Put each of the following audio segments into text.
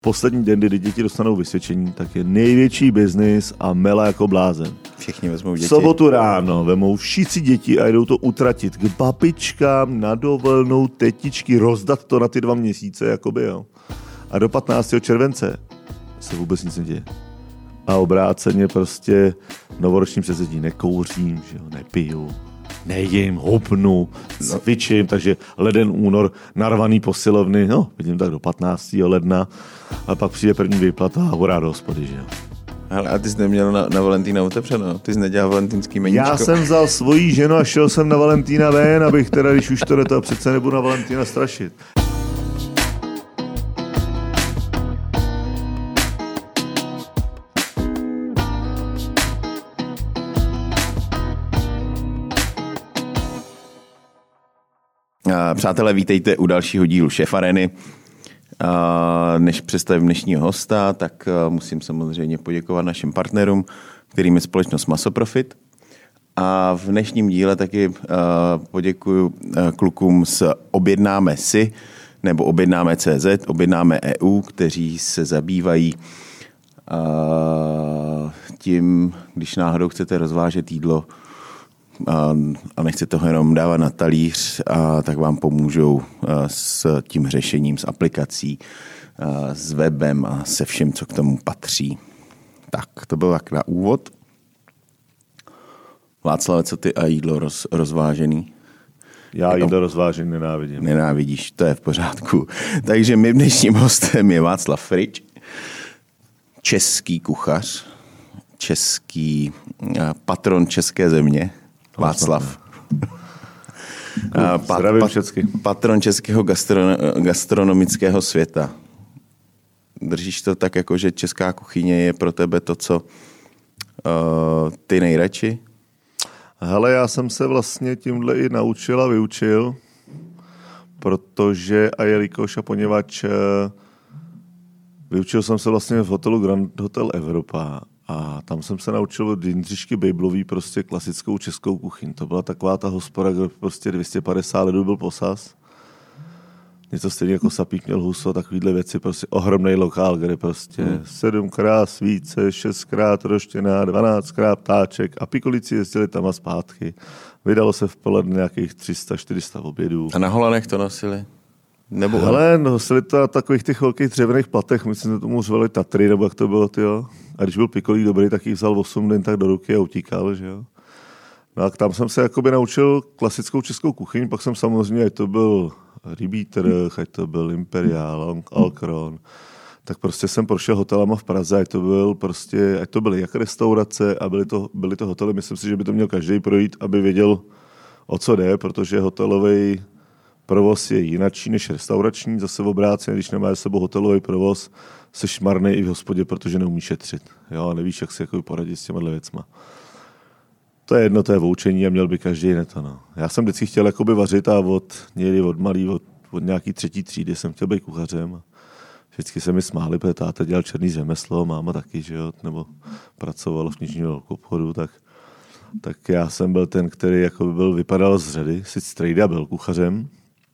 poslední den, kdy děti dostanou vysvědčení, tak je největší biznis a mela jako blázen. Všichni vezmou děti. V sobotu ráno vemou všichni děti a jdou to utratit k babičkám na dovolenou, tetičky, rozdat to na ty 2 měsíce, jakoby, jo. A do 15. července se vůbec nic neděje. A obráceně prostě novoroční předsedí nekouřím, že jo, nepiju, nejím, hopnu, cvičím, takže leden, únor, narvaný posilovny, no, vidím tak do 15. ledna, a pak přijde první výplata a hurá do hospody, že jo. Hele, a ty jsi neměl na Valentína otevřeno? Ty jsi nedělal valentýnský meníčko? Já jsem vzal svoji ženu a šel jsem na Valentína ven, abych teda, když už to přece nebudu na Valentína strašit. Přátelé, vítejte u dalšího dílu Šéf Arény. Než představím dnešního hosta, tak musím samozřejmě poděkovat našim partnerům, kterým je společnost Masoprofit. A v dnešním díle taky poděkuju klukům z Objednáme si, nebo Objednáme CZ, Objednáme EU, kteří se zabývají tím, když náhodou chcete rozvážet jídlo, a nechcete ho jenom dávat na talíř, tak vám pomůžou s tím řešením, s aplikací, s webem a se vším, co k tomu patří. Tak, to bylo tak na úvod. Václave, co ty a jídlo rozvážený? Já jídlo rozvážený nenávidím. Nenávidíš, to je v pořádku. Takže mým dnešním hostem je Václav Frič, český kuchař, český patron české země, Václav. Zdravím všecky. Patron českého gastronomického světa. Držíš to tak, jako že česká kuchyně je pro tebe to, co ty nejradši? Hele, já jsem se vlastně tímhle i naučil a vyučil, protože a jelikož a poněvadž vyučil jsem se vlastně v hotelu Grand Hotel Evropa a tam jsem se naučil od Jindřišky Bejblový prostě klasickou českou kuchyň. To byla taková ta hospoda, kde prostě 250 lidů byl posaz. Něco stejně jako Sapík měl huso, takovýhle věci, prostě ohromnej lokál, kde prostě 7krát svíce, 6krát roštěná, 12krát ptáček a pikolici jezdili tam a zpátky. Vydalo se v poledne nějakých 300-400 obědů. A na holanech to nosili? Nebo hele, nosili to na takových těch velkých dřevěných platech, myslím, že tomu řvali Tatry, nebo jak to bylo, tyjo. A když byl pikolík dobrý, tak jich vzal 8 dní tak do ruky a utíkal, že jo. No a tam jsem se jakoby naučil klasickou českou kuchyň, pak jsem samozřejmě, ať to byl Rybí trh, ať to byl Imperial, Alcron, tak prostě jsem prošel hotelama v Praze, ať to byly jak restaurace a byly to hotely, myslím si, že by to měl každý projít, aby věděl, o co jde, protože hotelový provoz je jinačí než restaurační, zase v obráceně, když nemáš s sebou hotelový provoz, jsi šmarnej i v hospodě, protože neumíš šetřit. Jo, a nevíš, jak si jako poradit s těma věcma. To je jedno, to je voučení a měl by každý to. No. Já jsem vždycky chtěl jakoby vařit a od nějaký 3. třídy jsem chtěl být kuchařem. Vždycky se mi smáli, protože táta dělal černý řemeslo, máma taky, že jo, nebo pracovala v knižním obchodu, tak já jsem byl ten, který jako vypadal z řady, sice strejda byl kuchařem,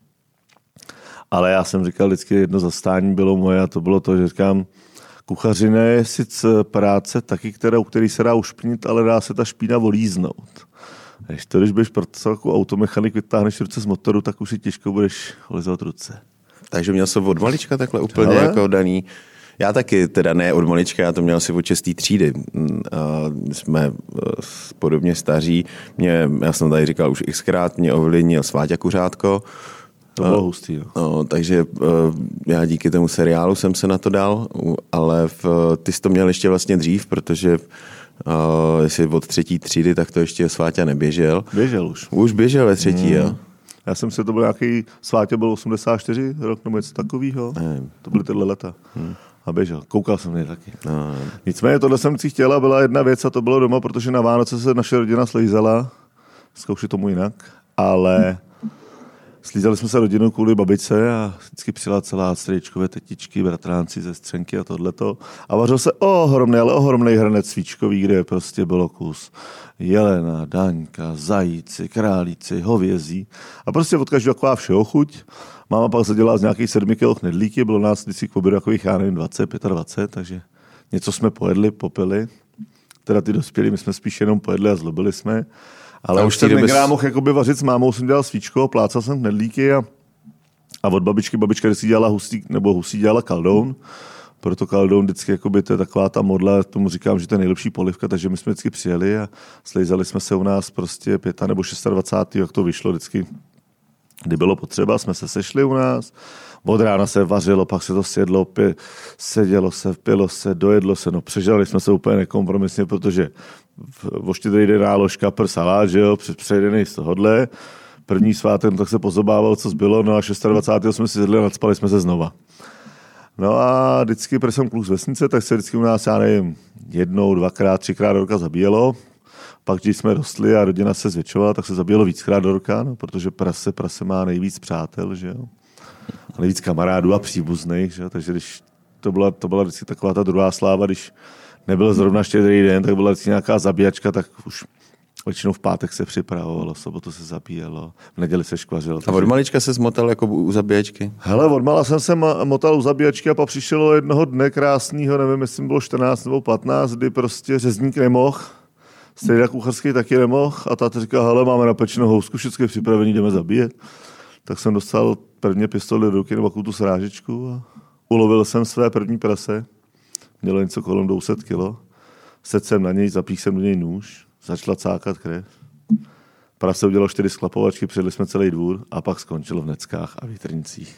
ale já jsem říkal, vždycky jedno zastání bylo moje a to bylo to, že říkám, kuchařina je sice práce taky, u který se dá ušpnit, ale dá se ta špína volíznout. Když budeš pracovat jako automechanik, vytáhneš ruce z motoru, tak už si těžko budeš lizovat ruce. Takže měl jsem od malička takhle úplně jako daný. Já taky, teda ne od malička, já to měl si od 6. třídy. Jsme podobně staří. Já jsem tady říkal už xkrát, mě ovlivnil Sváťa Kuřátko. To bylo hustý. No, takže já díky tomu seriálu jsem se na to dal, ale ty jsi to měl ještě vlastně dřív, protože jestli od 3. třídy, tak to ještě Sváťa neběžel. Běžel už. Už běžel ve 3. jo. Já jsem si to byl nějaký, Sváťa byl 84 rok nebo něco takového. To byly tyhle leta. A běžel. Koukal jsem na taky. Nicméně tohle jsem si chtěla, byla jedna věc a to bylo doma, protože na Vánoce se naše rodina slejzala. Zkoušet tomu jinak. Ale Slízali jsme se rodinou kvůli babičce a vždycky přijela celá strýčkové tetičky, bratránci ze Střenky a tohleto. A vařil se ohromný hrnec svíčkový, kde prostě bylo kus jelena, daňka, zajíci, králíci, hovězí. A prostě od každého taková všeho chuť. Máma pak zadělala z nějakých 7 kg knedlíky, bylo nás vždycky k obědu takových, 20, 25, takže něco jsme pojedli, popili. Teda ty dospělí, my jsme spíš jenom pojedli a zlobili jsme. Ale už jsem nekrát mohl jakoby vařit s mámou, jsem dělal svíčko, plácal jsem knedlíky a od babička vždycky dělala husí dělala kaldoun. Proto kaldoun vždycky jakoby, to je taková ta modla, tomu říkám, že to je nejlepší polivka, takže my jsme vždycky přijeli a slejzali jsme se u nás prostě 25. nebo 26. jak to vyšlo vždycky. Kdy bylo potřeba, jsme se sešli u nás, od rána se vařilo, pak se to sjedlo, sedělo se, pilo se, dojedlo se, no přežali jsme se úplně nekompromisně, protože o 4 den náložka per salát, že jo, přejdený z tohohle. První svátek, tak se pozobával, co zbylo, no a 26. jsme si sedli a nadspali jsme se znova. No a vždycky, protože jsem kluk z vesnice, tak se vždycky u nás, já nevím, 1, 2krát, 3krát do roka zabíjelo. Pak, když jsme rostli a rodina se zvětšovala, tak se zabíjelo víckrát do roka, no, protože prase má nejvíc přátel, že jo. A nejvíc kamarádů a příbuzných, že jo. Takže když to byla vždycky taková ta druhá sláva, když nebyl zrovna Štědrý den, tak byla vždycky nějaká zabíjačka, tak už většinou v pátek se připravovalo, v sobotu se zabíjelo, v neděli se škvařilo. A od malička se zmotal jako u zabíjačky? Hele, od mala jsem se motal u zabíjačky a pak přišlo jednoho dne krásného, nevím, jestli bylo 14 nebo 15, kdy prostě řezník nemohl, stejně kucharský taky nemohl a táta říkal, hele, máme napečenou housku, všechno je připravený, jdeme zabíjet. Tak jsem dostal prvně pistoli do ruky nebo tu srážečku a ulovil jsem své první prase. Mělo něco kolem 200 kilo. Sedl jsem na něj, zapích jsem do něj nůž, začala cákat krev. Prase udělalo 4 sklapovačky, přejeli jsme celý dvůr a pak skončilo v Neckách a Vítržnicích.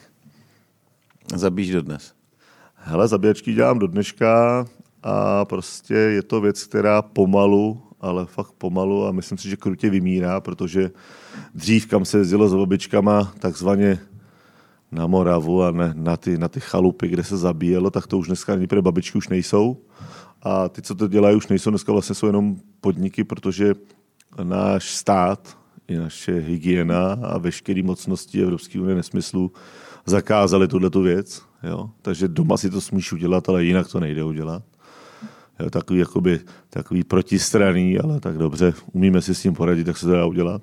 Zabíjíš dodnes? Hele, zabíjačky dělám do dneška a prostě je to věc, která pomalu, ale fakt pomalu a myslím si, že krutě vymírá, protože dřív, kam se jezdilo s babičkama, takzvaně na Moravu a na ty chalupy, kde se zabíjelo, tak to už dneska ani pro babičky už nejsou. A ty, co to dělají, už nejsou. Dneska vlastně jsou jenom podniky, protože náš stát i naše hygiena a veškeré mocnosti Evropské unie nesmyslu zakázali tuhletu věc. Jo? Takže doma si to smíš udělat, ale jinak to nejde udělat. Jo, takový protistranný, ale tak dobře, umíme si s tím poradit, tak se to dá udělat.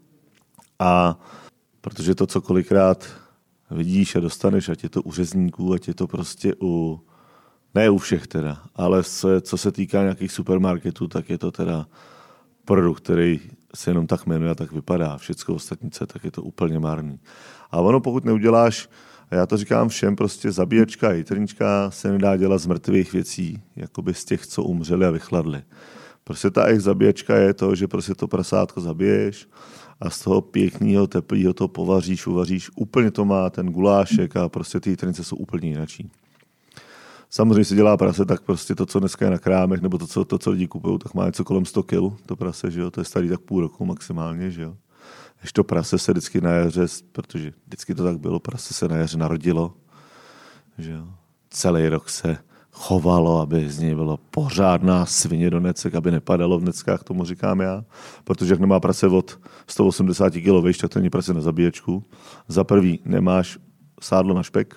A protože to, co kolikrát vidíš a dostaneš, ať je to u řezníků, ať je to prostě ne u všech teda, ale co se týká nějakých supermarketů, tak je to teda produkt, který se jenom tak jmenuje a tak vypadá. Všecko ostatnice, tak je to úplně marný. A ono, pokud neuděláš, a já to říkám všem, prostě zabíječka a jitrnička se nedá dělat z mrtvých věcí, jakoby z těch, co umřeli a vychladli. Prostě ta jejich zabíječka je to, že prostě to prasátko zabiješ a z toho pěkného, teplého to povaříš, uvaříš. Úplně to má ten gulášek a prostě ty jitrnice jsou úplně jinačí. Samozřejmě se dělá prase, tak prostě to, co dneska je na krámech, nebo to, co lidi kupují, tak má něco kolem 100 kg, to prase, že jo, to je starý tak půl roku maximálně, že jo. Ještě to prase se vždycky na jaře, protože vždycky to tak bylo, prase se na jaře narodilo, že jo. Celý rok se chovalo, aby z něj bylo pořádná svině do necek, aby nepadalo v neckách, tomu říkám já, protože jak nemá prase od 180 kg vejš, tak to není prase na zabíječku. Za prvý nemáš sádlo na špek,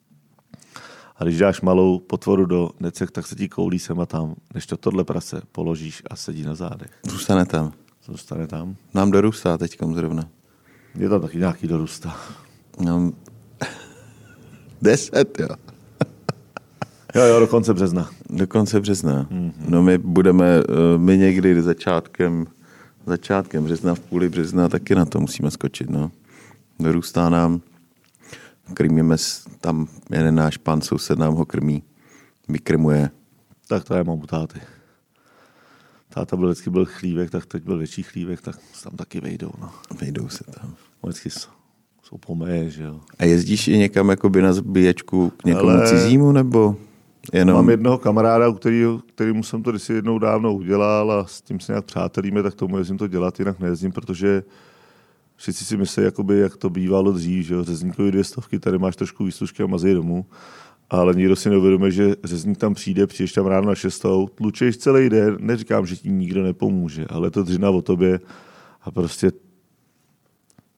a když dáš malou potvoru do necek, tak se ti koulí sem a tam, než to tohle prase položíš a sedí na zádech. Zůstane tam. Nám dorůstá teďkom zrovna. Je tam taky nějaký dorůstá. No, 10, jo. Jo, do konce března. Mm-hmm. No my někdy začátkem března, v půli března, taky na to musíme skočit, no. Dorůstá nám. Krmíme tam, jeden náš pán soused nám ho krmí, vykrmuje. Tak to je mám u táty. Táta vždycky byl chlívek, tak teď byl větší chlívek, tak tam taky vejdou. No. Vejdou se tam. Vždycky jsou pomeje, že jo. A jezdíš i někam jakoby na zbíječku k někomu cizímu, nebo jenom? Mám jednoho kamaráda, kterýmu jsem to kdysi jednou dávno udělal a s tím se nějak přátelíme, tak tomu jezdím to dělat, jinak nejezdím, protože všichni si myslí, jakoby, jak to bývalo dřív, že jo, řezníkovi 200, tady máš trošku výslužky a mazej domů, ale nikdo si neuvědomuje, že řezník tam přijdeš tam ráno na 6, tlučeš celý den, neříkám, že ti nikdo nepomůže, ale to dřina o tobě a prostě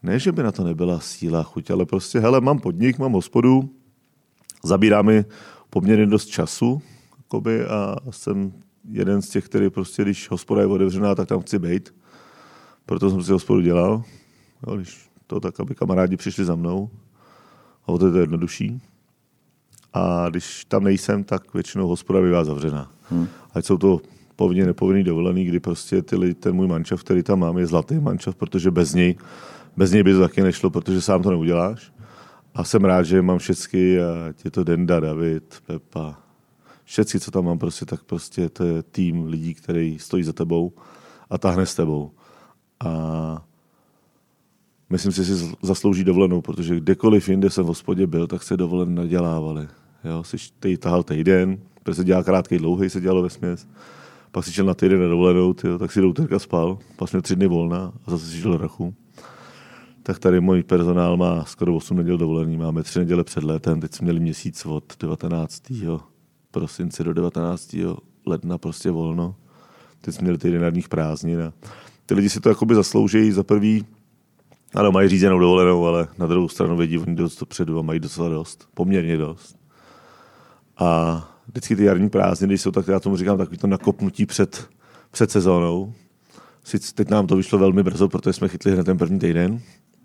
Ne, že by na to nebyla síla, chuť, ale prostě, hele, mám podnik, mám hospodu, zabírá mi poměrně dost času, jakoby, a jsem jeden z těch, který prostě, když hospoda je otevřená, tak tam chci bejt. Proto jsem si hospodu dělal. Jo, když to tak, aby kamarádi přišli za mnou. A o to je to jednodušší. A když tam nejsem, tak většinou hospoda bývá zavřená. Ať jsou to povinně nepovinný dovolený, kdy prostě ten můj mančav, který tam mám, je zlatý mančav, protože bez něj by to taky nešlo, protože sám to neuděláš. A jsem rád, že mám všechny, ať je to Denda, David, Pepa, všetci, co tam mám, prostě, tak prostě to je tým lidí, který stojí za tebou a táhne s tebou. A myslím si, že si zaslouží dovolenou, protože kdekoliv jinde jsem v hospodě byl, tak se dovolen nadělávali. Jo, si tahal týden, protože se dělal krátký, dlouhý, se dělalo vesměs. Pak si šel na týden na dovolenou, tak si do úterka spal, pak jsme 3 dny volna a zase si šel do rachu. Tak tady můj personál má skoro 8 neděl dovolený, máme 3 neděle před létem, teď jsme měli měsíc od 19. prosince do 19. ledna prostě volno. Teď jsme měli týden radních prázdnin a ty lidi si to jakoby zasloužejí za prvý, ano, mají řízenou dovolenou, ale na druhou stranu vědí oni dost dopředu a mají docela dost, poměrně dost. A vždycky ty jarní prázdniny, když jsou, tak já tomu říkám takový to nakopnutí před sezónou. Teď nám to vyšlo velmi brzo, protože jsme chytli hned ten první týden.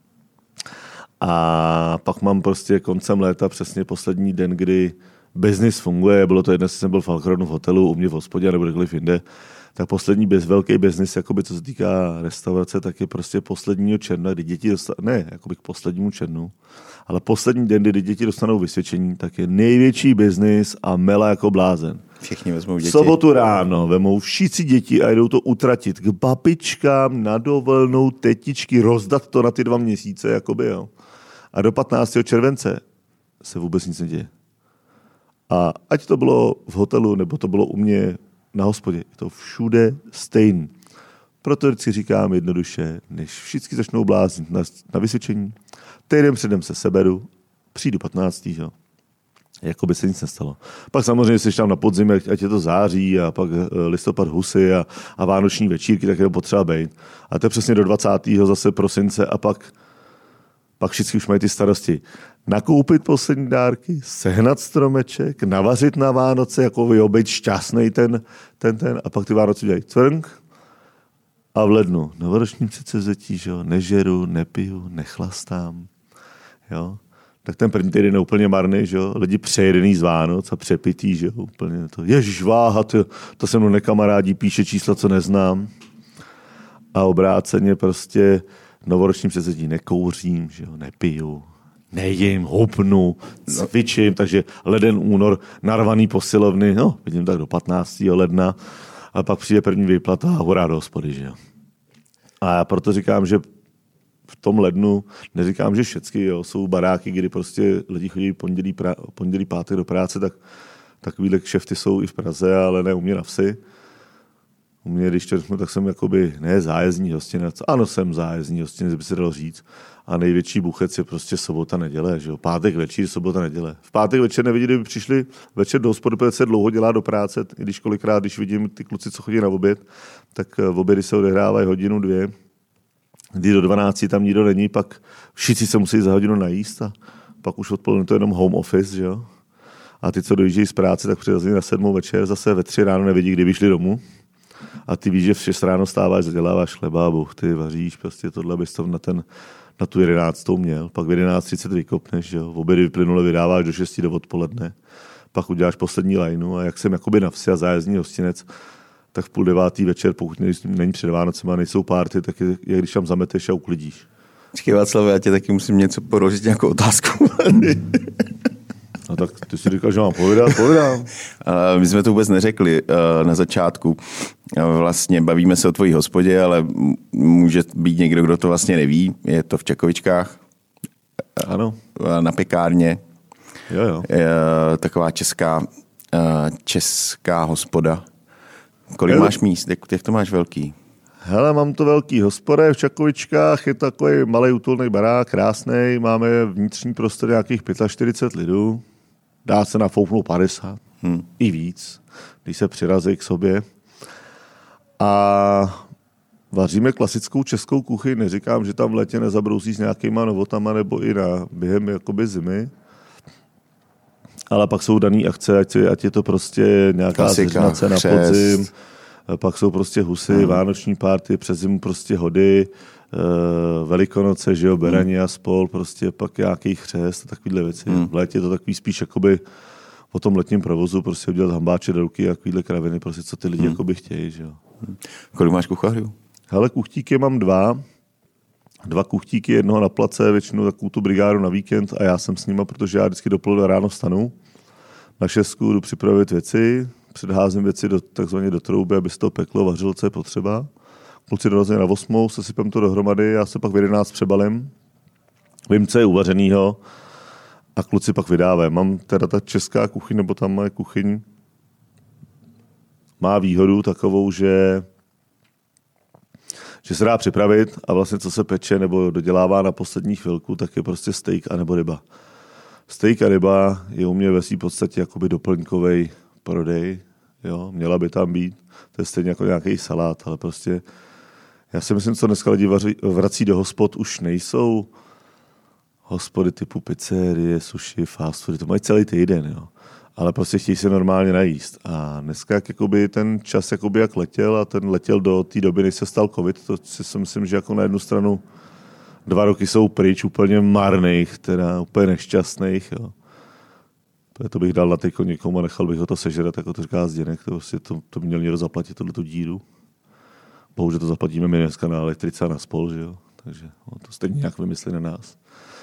A pak mám prostě koncem léta přesně poslední den, kdy business funguje. Bylo to jedno, jestli jsem byl v Falkronu v hotelu, u mě v hospodě nebo kdekoliv jinde. Tak poslední velký business, jakoby, co se týká restaurace, tak je prostě posledního června, kdy děti dostanou, ne jakoby k poslednímu červnu, ale poslední den, kdy děti dostanou vysvědčení, tak je největší business a mela jako blázen. Všichni vezmou děti. V sobotu ráno vemou všichni děti a jdou to utratit k babičkám na dovolenou, tetičky, rozdat to na ty 2 měsíce, jakoby, jo. A do 15. července se vůbec nic neděje. A ať to bylo v hotelu, nebo to bylo u mě na hospodě, je to všude stejný. Proto vždycky říkám jednoduše, než všichni začnou bláznit na vysvědčení, týden předem se seberu, přijdu 15. Jako by se nic nestalo. Pak samozřejmě jsi tam na podzim, ať je to září a pak listopad husy a vánoční večírky, tak je to potřeba být. A to je přesně do 20. zase prosince a pak všichni už mají ty starosti. Nakoupit poslední dárky, sehnat stromeček, navařit na Vánoce, jako být šťastný ten a pak ty Vánoce dělají cvrnk a v lednu novoroční předsevzetí, že jo, nežeru, nepiju, nechlastám, jo. Tak ten první týden je úplně marný, že jo, lidi přejedený z Vánoc a přepitý, že jo, úplně to, ježiš, váha, to se mnou nekamarádí, píše čísla, co neznám a obráceně prostě novoroční předsevzetí nekouřím, že jo, nepiju, nejím, hopnu, cvičím, takže leden, únor, narvaný posilovny, no, vidím tak do 15. ledna a pak přijde první výplata a hurá do hospody, že jo. A já proto říkám, že v tom lednu, neříkám, že všechny, jo, jsou baráky, kdy prostě lidi chodí pondělí, pátek do práce, tak takovýhle kšefty jsou i v Praze, ale ne u mě na vsi. U mě, když to, tak jsem jakoby, ne zájezdní hostinec, ano, jsem zájezdní hostinec, by se dalo říct. A největší buchec je prostě sobota, neděle, že jo. Pátek večer, sobota, neděle. V pátek večer nevidí, kdyby přišli večer do hospody, protože se dlouho dělá do práce, i když kolikrát, když vidím ty kluci, co chodí na oběd, tak v obědy se odehrávají 1-2, kdy do 12 tam nikdo není, pak všichni se musí za hodinu najíst a pak už odpoledne to je jenom home office, že jo. A ty, co dojíždějí z práce, tak přirazí na 7 večer, zase ve 3 ráno nevidí, kdy vyšli domů. A ty víš, že v 6 ráno stáváš, zaděláváš chleba, ty vaříš, prostě tohle bys to na tu 11. měl. Pak v 11:30 vykopneš, že jo. V obědy vyplynule vydáváš do 6 do odpoledne. Pak uděláš poslední lajnu a jak jsem jakoby na vsi a zájezdní hostinec, tak v 8:30 večer, pokud není před Vánocema, nejsou párty, tak je když tam zameteš a uklidíš. Počkej, Václav, já tě taky musím něco položit, nějakou otázku. No tak ty si říkal, že mám povídám. My jsme to vůbec neřekli na začátku. Vlastně bavíme se o tvojí hospodě, ale může být někdo, kdo to vlastně neví. Je to v Čekovičkách. Ano. Na pekárně. Jo. Taková česká hospoda. Kolik máš míst? Jak to máš velký? Hele, mám to velký hospoda v Čakovičkách, je to takový malý útulný barák, krásný, máme vnitřní prostor nějakých 45 lidů, dá se nafouknout 50, i víc, když se přirazí k sobě. A vaříme klasickou českou kuchyň, neříkám, že tam v létě nezabrousí s nějakýma novotama nebo i během jakoby zimy. Ale pak jsou daný akce, ať je to prostě nějaká zeřinace na podzim, pak jsou prostě husy, vánoční party, přes zimu prostě hody, Velikonoce, že jo, beraní a spol, prostě pak nějaký chřest a takovýhle věci. V létě je to takový spíš jakoby po tom letním provozu prostě udělat hambáče do ruky a takovýhle kraviny, prostě co ty lidi jakoby chtějí, že jo. Kolik máš kuchařů? Hele, kuchtíky mám dva kuchtíky, jednoho na place, většinou takovou tu brigádu na víkend a já jsem s nima, protože já vždycky dopoledne ráno vstanu, na 6 jdu připravit věci, předházím věci takzvaně do trouby, aby se to peklo, vařilo, co je potřeba. Kluci dorazí na 8, sesypem to dohromady, já se pak v 11 přebalím, vím, co je uvařenýho a kluci pak vydávají. Mám teda ta česká kuchyň, nebo tam moje kuchyň, má výhodu takovou, že se dá připravit a vlastně co se peče nebo dodělává na poslední chvilku, tak je prostě steak a nebo ryba. Steak a ryba je u mě ve svým podstatě jakoby doplňkovej prodej. Jo? Měla by tam být. To je stejně jako nějaký salát, ale prostě já si myslím, co dneska lidi vrací do hospod, už nejsou hospody typu pizzerie, sushi, fast food, to mají celý týden, jo. Ale prostě chtějí se normálně najíst. A dneska jakoby ten čas jakoby jak letěl a ten letěl do té doby, než se stal covid, to si myslím, že jako na jednu stranu 2 roky jsou pryč úplně marných, teda úplně nešťastných. Jo. To bych dal na tyko někomu a nechal bych ho to sežrat, jako to říká Zděnek, to měl někdo zaplatit tu díru. Bohužel to zaplatíme my dneska na elektrice a na spol, že jo. Takže to stejně nějak vymyslí na nás.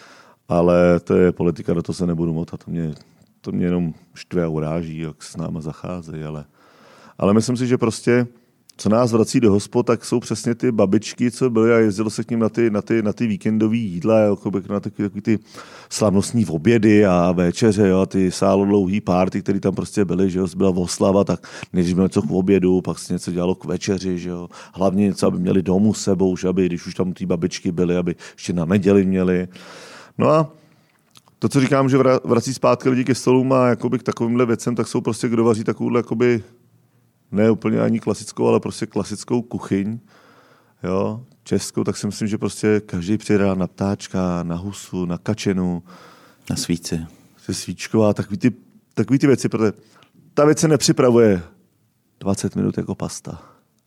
Ale to je politika, do toho se nebudu motat. To mě jenom štve a uráží, jak s náma zacházejí, ale myslím si, že prostě, co nás vrací do hospod, tak jsou přesně ty babičky, co byly a jezdilo se k ním na ty víkendové jídla, jako na takový ty slavnostní obědy a večeře, jo, ty sálodlouhý párty, které tam prostě byly, že jo, byla oslava, tak než bylo něco k obědu, pak se něco dělalo k večeři, že jo, hlavně něco, aby měli domů s sebou, že aby, když už tam ty babičky byly, aby ještě na neděli měli. No a to, co říkám, že vrací zpátky lidi ke stolům a jakoby k takovýmhle věcem, tak jsou prostě, kdo vaří takovouhle jakoby, ne úplně ani klasickou, ale prostě klasickou kuchyň, jo, českou, tak si myslím, že prostě každý přijde na ptáčka, na husu, na kačenu. Na svíci. Svíčková, takový ty věci, protože ta věc se nepřipravuje 20 minut jako pasta.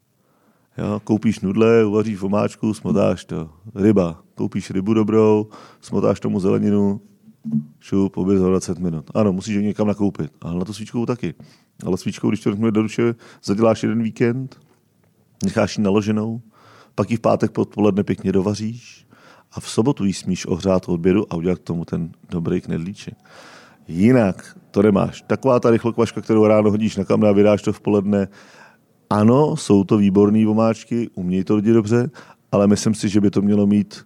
Jo, koupíš nudle, uvaříš omáčku, smotáš to. Ryba. Koupíš rybu dobrou, smotáš tomu zeleninu, šup, oběd za 20 minut. Ano, musíš ji někam nakoupit. Ale na to svíčkou taky. Ale svíčkou, když to do ruče, zaděláš jeden víkend, necháš ji naloženou, pak ji v pátek odpoledne pěkně dovaříš a v sobotu ji smíš ohřát od obědu a udělat k tomu ten dobrý knedlíček. Jinak to nemáš. Taková ta rychlokvaška, kterou ráno hodíš na kamna a vydáš to v poledne. Ano, jsou to výborné omáčky, umějí to lidi dobře, ale myslím si, že by to mělo mít,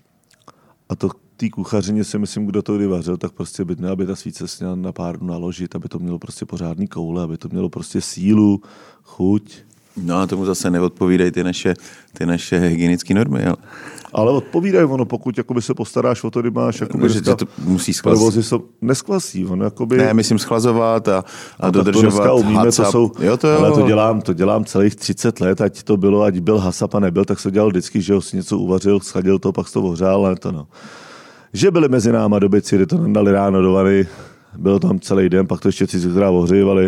a to té kuchařině si myslím, kdo to kdy vařil, tak prostě by aby ta svíce se měla na pár dnů naložit, aby to mělo prostě pořádný koule, aby to mělo prostě sílu, chuť. No a tomu zase neodpovídají ty naše hygienické normy, jo. Ale odpovídají ono, pokud jakoby se postaráš o to, kdy máš jakoby, že to musí skvasit. Neskvasí, ono jakoby... Ne, myslím schlazovat a dodržovat HACCP. Ale to dělám celých 30 let, ať byl HACCP a nebyl, tak se dělal vždycky, že ho si něco uvařil, schladil to, pak to ohřál, ale to no. Že byli mezi náma dobyci, kdy to nadali ráno do vany, bylo tam celý den, pak to ještě 30 krát ohřívali.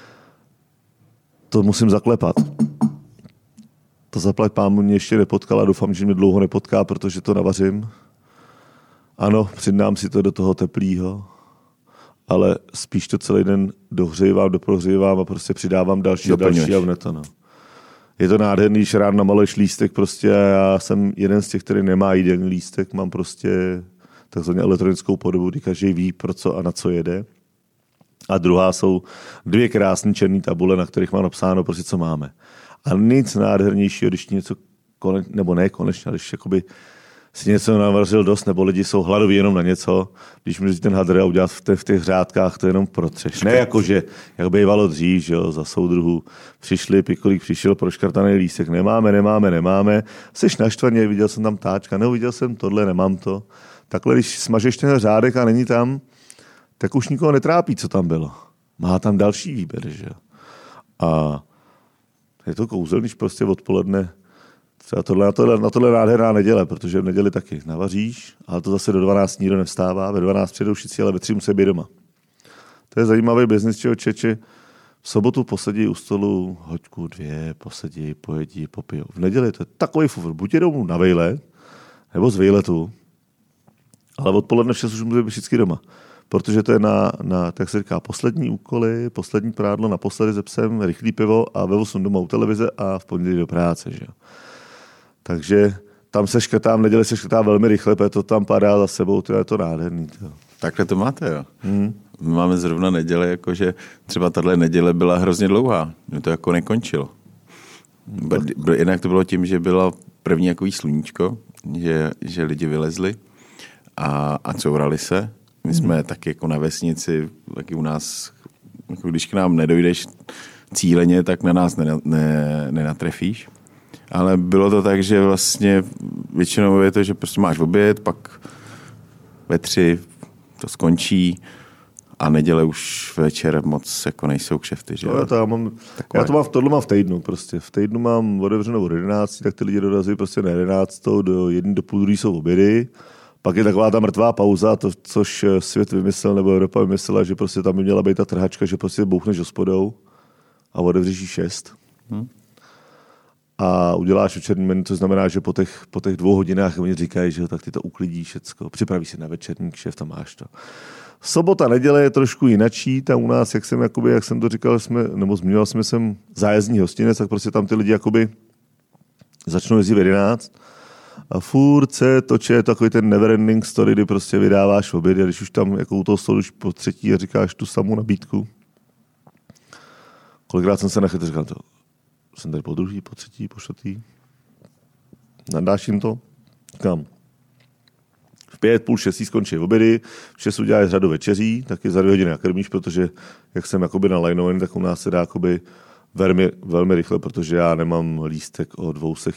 To musím zaklepat. To zaplať pámu mě ještě nepotkala, doufám, že mě dlouho nepotká, protože to navařím. Ano, přidám si to do toho teplýho, ale spíš to celý den doprohřívám a prostě přidávám další a další a to, no. Je to nádherný, že rád namaluješ lístek prostě a já jsem jeden z těch, který nemá jídelný lístek, mám prostě takzvaně elektronickou podobu, kdy každý ví, pro co a na co jede. A druhá jsou 2 krásné černé tabule, na kterých mám napsáno prostě, co máme. A nic nádhernějšího, když něco, nebo ne konečně, když jakoby si něco navařil dost, nebo lidi jsou hladoví jenom na něco, když můžeš ten hadr a udělat v těch řádkách, to jenom protřeš. Ne jakože, jak bývalo dřív, že jo, za soudruhu přišli, Pikolík přišel, proškrtaný lístek, nemáme, seš naštvaně, viděl jsem tam táčka, neuviděl jsem tohle, nemám to. Takhle, když smažeš ten řádek a není tam, tak už nikoho netrápí, co tam bylo. Má tam další výběr, že jo. A je to kouzelný, když prostě odpoledne Na tohle nádherná neděle, protože v neděli taky navaříš, ale to zase do 12 nikdo nevstává, ve 12 přijdou všichni, ale ve 3 musí být doma. To je zajímavý biznis, čeho Čeči v sobotu posedí u stolu hoďku, 2, posedí, pojedí, popijou. V neděli to je takový fufr, buď jedou na vejlet, nebo z vejletu, ale odpoledne v 6 už musí být všichni doma. Protože to je na, jak se říká, poslední úkoly, poslední prádlo, naposledy se psem, rychlý pivo a ve 8 doma u televize a v pondělí do práce. Že jo. Takže tam se škrtá, v neděli se škrtá velmi rychle, protože to tam padá za sebou, to je to nádherný. To. Takhle to máte, jo? My máme zrovna neděle, jakože třeba tahle neděle byla hrozně dlouhá, mě to jako nekončilo. Jinak to bylo tím, že bylo první jakový sluníčko, že lidi vylezli a courali se. My jsme taky jako na vesnici, taky u nás, jako když k nám nedojdeš cíleně, tak na nás nenatrefíš. Ale bylo to tak, že vlastně většinou je to, že prostě máš oběd, pak ve 3 to skončí a neděle už večer moc jako nejsou kšefty. Že? Tohle mám v týdnu prostě. V týdnu mám otevřenou od 11, tak ty lidi dorazí prostě na 11, do 1 do půl 2 jsou obědy. Pak je taková ta mrtvá pauza, což svět vymyslel, nebo Evropa vymyslela, že prostě tam by měla být ta trhačka, že prostě bouchneš hospodou a otevřeš 6. A uděláš večerní menu, to znamená, že po těch 2 hodinách oni říkají, že tak ty to uklidíš všecko, připravíš si na večerní kšeft, tam máš to. Sobota, neděle je trošku jinačí, tam u nás, jak jsem to říkal, zmiňoval jsem zájezdní hostinec, tak prostě tam ty lidi jakoby začnou jezdit v 11 a furt se točí takový ten neverending story, kdy prostě vydáváš oběd a když už tam jako u toho stolu po 3. a říkáš tu samou nabídku. Kolikrát jsem se nachytil, říkal to, jsem tady po 2., po 3., po 4. Nadáš jim to? Říkám, v 5, půl 6 skončí obědy, v 6 uděláš řadu večeří, taky za 2 hodiny nakrmíš, protože jak jsem jakoby nalajnovaný, tak u nás se dá jakoby velmi, velmi rychle, protože já nemám lístek o 200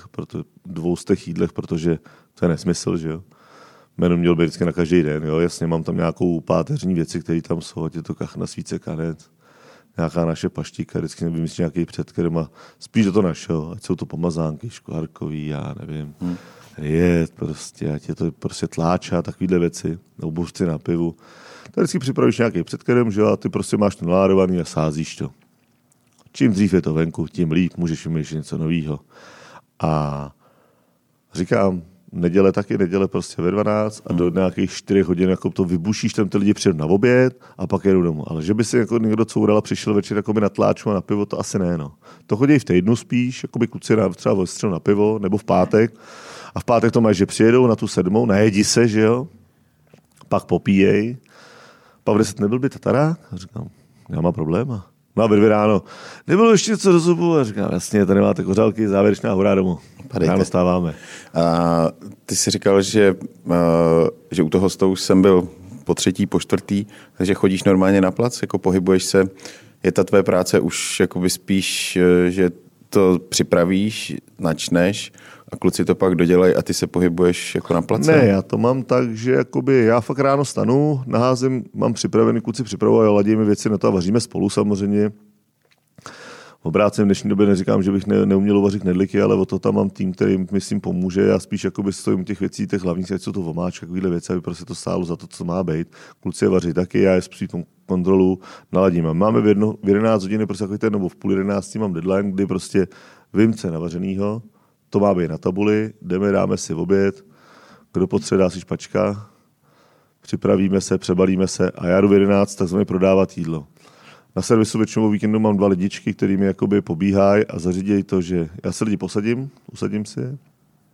jídlech, protože to je nesmysl, že jo. Menu měl být vždycky na každý den, jo. Jasně, mám tam nějakou páteřní věci, které tam jsou, ať je to kachna, svíce, kanec, nějaká naše paštíka, vždycky vymyslí nějaký předkrm a spíš do toho našeho, ať jsou to pomazánky, škvárkový, já nevím, prostě, ať je to prostě tláča, takovýhle věci, nebo buřci na pivu. Tak vždycky připravíš nějaký předkrm, že jo, a ty prostě máš to naládovaný a sázíš to. Čím dřív je to venku, tím líp, můžeš vymýšlet něco nového. A říkám, neděle prostě ve 12 a do nějakých 4 hodin jako to vybušíš, tam ty lidi přijdou na oběd a pak jedou domů. Ale že by si jako někdo coural a přišel večer jako na tláču a na pivo, to asi ne, no. To chodí v týdnu spíš, jako by kluci třeba ostřel na pivo, nebo v pátek. A v pátek to máš, že přijedou na tu 7, najedí se, že jo, pak popíjej. Pak v 10 nebyl by tatarák? A říkám, já mám problém. No a ve 2 ráno, nebylo ještě něco do zubu? A říkám, jasně, tady máte kořálky, závěrečná hurá domů. Ráno stáváme. A ty jsi říkal, že u toho stolu jsem byl po 3., po 4., takže chodíš normálně na plac, jako pohybuješ se. Je ta tvé práce už jakoby spíš, že to připravíš, načneš a kluci to pak dodělají a ty se pohybuješ jako na place? Ne, já to mám tak, že jakoby já fakt ráno stanu, naházím, mám připravený, kluci připravují, ladíme věci na to a vaříme spolu samozřejmě. V obrácení v dnešní době neříkám, že bych neuměl uvařit knedlíky, ale o to tam mám tým, který myslím pomůže. Já spíš jakoby stojím těch věcí, těch hlavních, ať jsou to vomáčky, takovýhle věci, aby prostě to stálo za to, co má být. Kluci je vaří taky, já je spíš tom kontrolu naladím. A máme v 11 hodin, prostě takový ten, nebo v 10:30 mám deadline, kdy prostě vím, co je navařenýho, to má být na tabuli, jdeme, dáme si oběd, kdo potřebuje, dá si špačka, připravíme se, přebalíme se a já jdu v 11 takzvaně prodávat jídlo. Na servisu většinou víkendu mám 2 lidičky, který mi jakoby pobíhají a zařídějí to, že já se lidi usadím si je.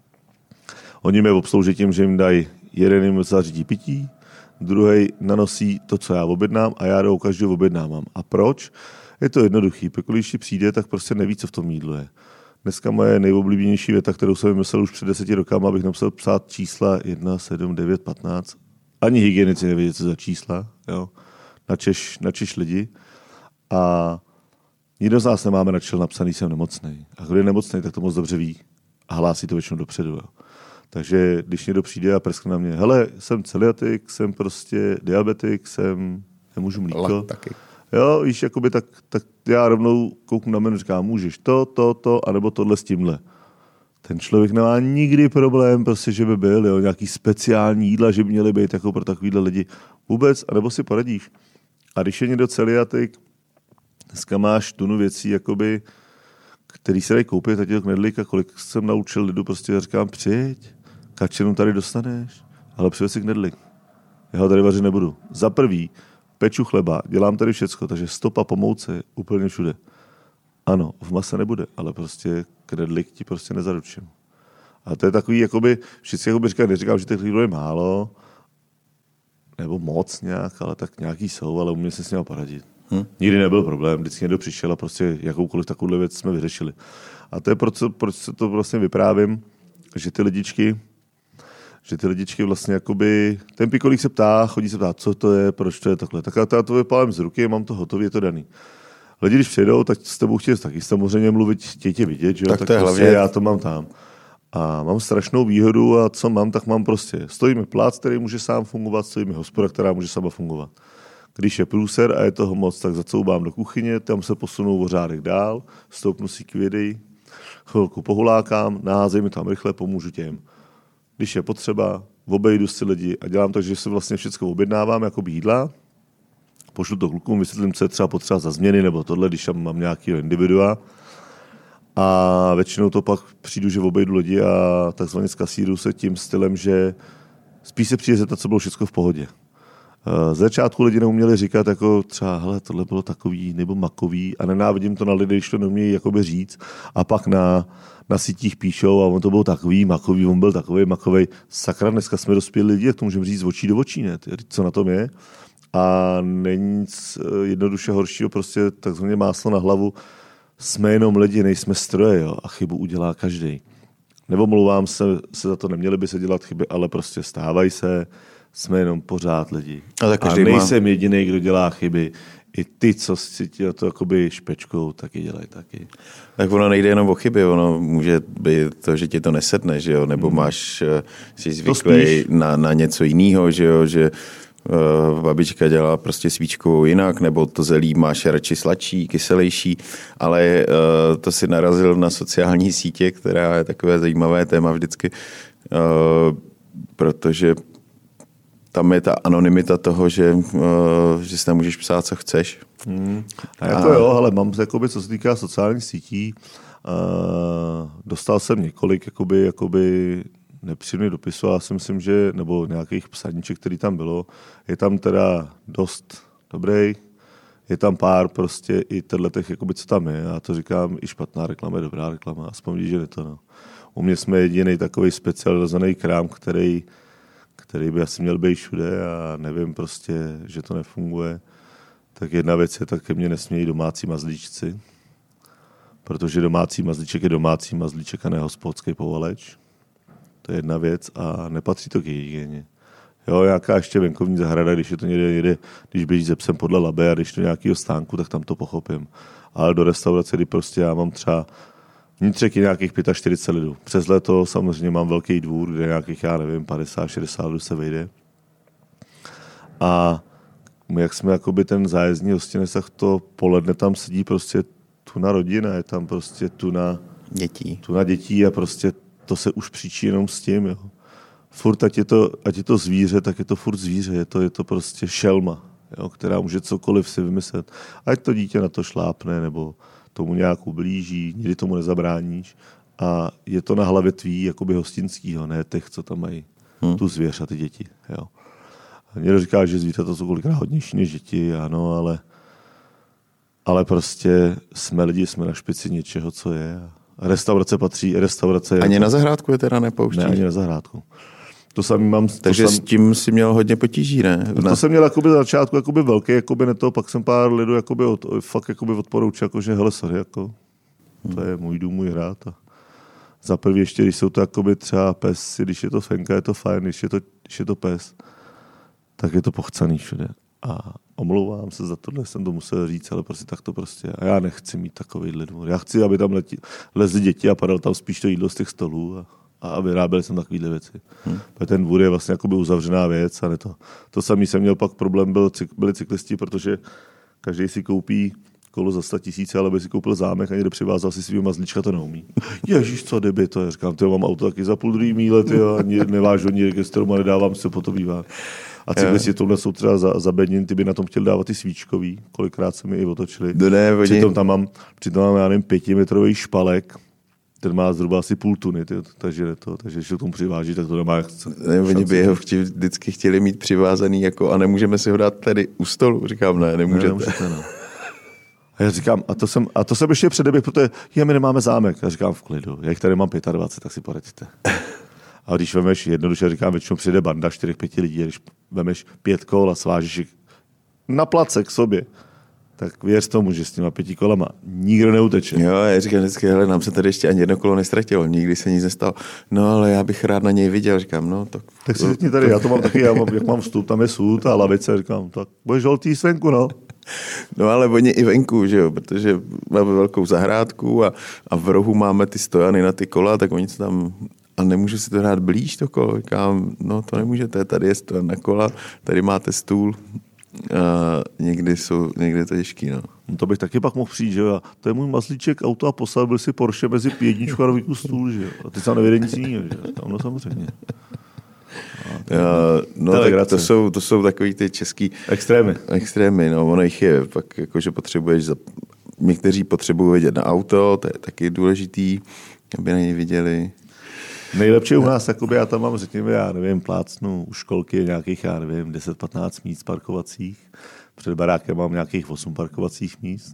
Oni mě obslouží tím, že jim dají, jeden jim zařídí pití, druhý nanosí to, co já objednám a já do každého objednávám. A proč? Je to jednoduchý. Pokud když ti přijde, tak prostě neví, co v tom jídlu je. Dneska moje nejoblíbenější věta, kterou jsem vymyslel už před 10 rokama, abych nemusel psát čísla 1, 7, 9, 15. Ani hygienici nevědí, co za čísla. Jo? Načeš lidi. A nikdo z nás nemáme na čel napsaný, jsem nemocnej. A kdo je nemocnej, tak to moc dobře ví. A hlásí to většinou dopředu. Jo. Takže když někdo přijde a prskne na mě, hele, jsem celiatik, jsem prostě diabetik, nemůžu mlíko. Taky. Jo, víš, jakoby tak já rovnou kouknu na menu, říkám, můžeš to, anebo tohle s tímhle. ten člověk nemá nikdy problém, prostě, že by byl, jo, nějaký speciální jídla, že by měly být jako pro takovýhle lidi vůbec, anebo si poradíš. A když je někdo celiatik, dneska máš tunu věcí, jakoby, který se dají koupit, ať je to knedlík a kolik jsem naučil lidu, prostě říkám, přijď, kačenu tady dostaneš, ale přivez si knedlík. Já ho tady vařit nebudu. Za prvý, peču chleba, dělám tady všecko, takže stopa po mouce úplně všude. Ano, v mase nebude, ale prostě knedlík ti prostě nezaručím. A to je takový, jakoby, všichni jakoby neříkám, že těch lidí je málo, nebo moc nějak, ale tak nějaký jsou, ale uměl se s něma poradit. Nikdy nebyl problém, vždycky někdo přišel a prostě jakoukoliv takovou věc jsme vyřešili. A to je proč se to vlastně vyprávím, že ty lidičky vlastně jakoby, ten pikolík se ptá, chodí se ptát, co to je, proč to je takhle. Tak já to vypálím z ruky, mám to hotový, je to daný. Lidi, když přijdou, tak s tebou chtějí taky samozřejmě mluvit, chtějí tě vidět, že jo? Tak to je prostě hlavně. já to mám tam. A mám strašnou výhodu a co mám, tak mám prostě. Stojí mi plác, který může sám fungovat, stojí mi hospoda, která může sama fungovat. Když je průser a je toho moc, tak zacoubám do kuchyně, tam se posunou o řádek dál, stoupnu si kvědy, chvilku pohulákám, naházej mi tam rychle, pomůžu těm. Když je potřeba, obejdu si lidi a dělám tak, že si vlastně všechno objednávám jako jídla, pošlu to klukům, vysvětlím, co je třeba potřeba za změny nebo tohle, když tam mám nějaký individua. A většinou to pak přijdu, že obejdu lidi a takzvaně zkasíruju se tím stylem, že spíš se přijde zeptat, co bylo všechno v pohodě. Z začátku lidi neuměli říkat, jako třeba, hele, tohle bylo takový nebo makový a nenávidím to na lidi, když to neumějí jakoby říct a pak na sítích píšou a on to byl takový makový, on byl takový makovej. Sakra, dneska jsme dospěli lidi, jak to můžeme říct z očí do očí, ne? Co na tom je? A není nic jednoduše horšího, prostě takzvaně máslo na hlavu. Jsme jenom lidi, nejsme stroje, jo? A chybu udělá každý. Neomlouvám se za to, neměli by se dělat chyby, ale prostě stávají se, jsme jenom pořád lidi. A nejsem jediný, kdo dělá chyby. I ty, co si to jakoby špečkou, taky dělají taky. Tak ono nejde jenom o chyby, ono může být to, že ti to nesedne, že jo? Nebo jsi zvyklý na něco jiného, že jo? Že babička dělala prostě svíčkovou jinak, nebo to zelí máš radši sladší, kyselejší, ale to si narazil na sociální sítě, která je takové zajímavé téma vždycky, protože tam je ta anonymita toho, že si tam můžeš psát, co chceš. A jako jo, ale mám, jakoby, co se týká sociálních sítí, dostal jsem několik jakoby nepříjemných dopisů, já si myslím, že, nebo nějakých psaníček, který tam bylo, je tam teda dost dobrý, je tam pár prostě i těch, jakoby, co tam je, já to říkám, i špatná reklama je dobrá reklama, aspoň vidíš, že je to, no. U mě jsme jediný takový specializovaný krám, který by asi měl být všude a nevím prostě, že to nefunguje. Tak jedna věc je, tak ke mně nesmějí domácí mazlíčci, protože domácí mazlíček je domácí mazlíček a ne hospodský povaleč. To je jedna věc a nepatří to k hygieně. Jo, nějaká ještě venkovní zahrada, když je to někde, když běží se psem podle labe a když to nějakého stánku, tak tam to pochopím. Ale do restaurace, kdy prostě já mám třeba vnitřek je nějakých 45 lidů. Přes léto samozřejmě mám velký dvůr, kde nějakých, já nevím, 50-60 lidů se vejde. A my, jak jsme jakoby ten zájezdní hostinec, tak to poledne tam sedí prostě tuna rodina, je tam prostě tuna dětí a prostě to se už příčí jenom s tím, jo. Furt, ať je to zvíře, tak je to furt zvíře, je to prostě šelma, jo, která může cokoliv si vymyslet. Ať to dítě na to šlápne, nebo tomu nějak ublíží, nikdy tomu nezabráníš. A je to na hlavě tvý, jakoby hostinskýho, ne těch, co tam mají tu zvěř a ty děti. Jo. A někdo říká, že zvířata jsou kolikrát hodnější než děti, ano, ale prostě jsme lidi, jsme na špici něčeho, co je. A restaurace Ani na zahrádku je teda nepouští? Ne, ani na zahrádku. To samý mám... Takže s tím si měl hodně potíží, ne? To jsem měl jakoby za začátku jakoby velký, jakoby ne to, pak jsem pár lidů fakt odporoučil, jako, že hele, sorry, jako, to je můj dům, můj hrad. A za prvý ještě, když jsou to jakoby třeba pes, když je to fenka, je to fajn, když je to pes, tak je to pochcaný všude. A omlouvám se za tohle, jsem to musel říct, ale prostě tak to prostě. A já nechci mít takový dvůr. Já chci, aby tam lezly děti a padalo tam spíš to jídlo z těch stolů a vyráběli jsem takovýhle věci. Ten dvůr je vlastně jakoby uzavřená věc a to samý jsem měl pak problém, byli cyklisti, protože každý si koupí kolo za 100 000, ale by si koupil zámek a někde přivázal si svýho mazlíčka, to neumí. Ježíš, co kdyby to? Já říkám, mám auto taky za 0,5 míle, a nevážu ani registru a nedávám si, po to bývá. A cyklisti tohle jsou třeba za Benin, ty by na tom chtěli dávat ty svíčkový, kolikrát se mi i otočili. Přitom tam mám, já nevím, 5metrový špalek, ten má zhruba asi 0,5 tuny, takže když to tomu přiváží, tak to nemá jak oni by ho vždycky chtěli mít přivázaný jako, a nemůžeme si ho dát tady u stolu. Říkám, ne, nemůžete. Ne. A já říkám, a to jsem ještě předeběh, protože my nemáme zámek. Já říkám v klidu, jak tady mám 25, tak si poradíte. A když vemeš jednoduše, říkám, většinou přijde banda 4-5 lidí, když vemeš 5 kol a svážíš na place k sobě, tak věř tomu, že s těma 5 kolama nikdo neuteče. Jo, já říkám vždycky, hele, nám se tady ještě ani jedno kolo nestratilo, nikdy se nic nestalo. No, ale já bych rád na něj viděl, říkám, no. Tak si řekni tady, já to mám taky, jak mám vstup, tam je sud a lavice, říkám, tak budeš žoltý svenku, no. No, ale oni i venku, že jo, protože máme velkou zahrádku a v rohu máme ty stojany na ty kola, tak oni tam, a nemůžu si to hrát blíž to kolo, říkám, no to nemůžete, tady je stojan na kola, tady máte stůl. Někdy je to těžký, no. To bych taky pak mohl přijít, že jo. To je můj mazlíček, auto a posadil si Porsche mezi jedničku a rovíku stůl, že jo. A ty se nevěděl nic jiného, že jo. No samozřejmě. No tak to jsou takový ty český extrémy, no. Ono jich je pak, jakože potřebuješ, někteří potřebují vidět na auto, to je taky důležitý, aby na něj viděli. Nejlepší u nás, jakoby, já tam mám, řekněme, já nevím, plácnu u školky nějakých, 10-15 míst parkovacích. Před barákem mám nějakých 8 parkovacích míst.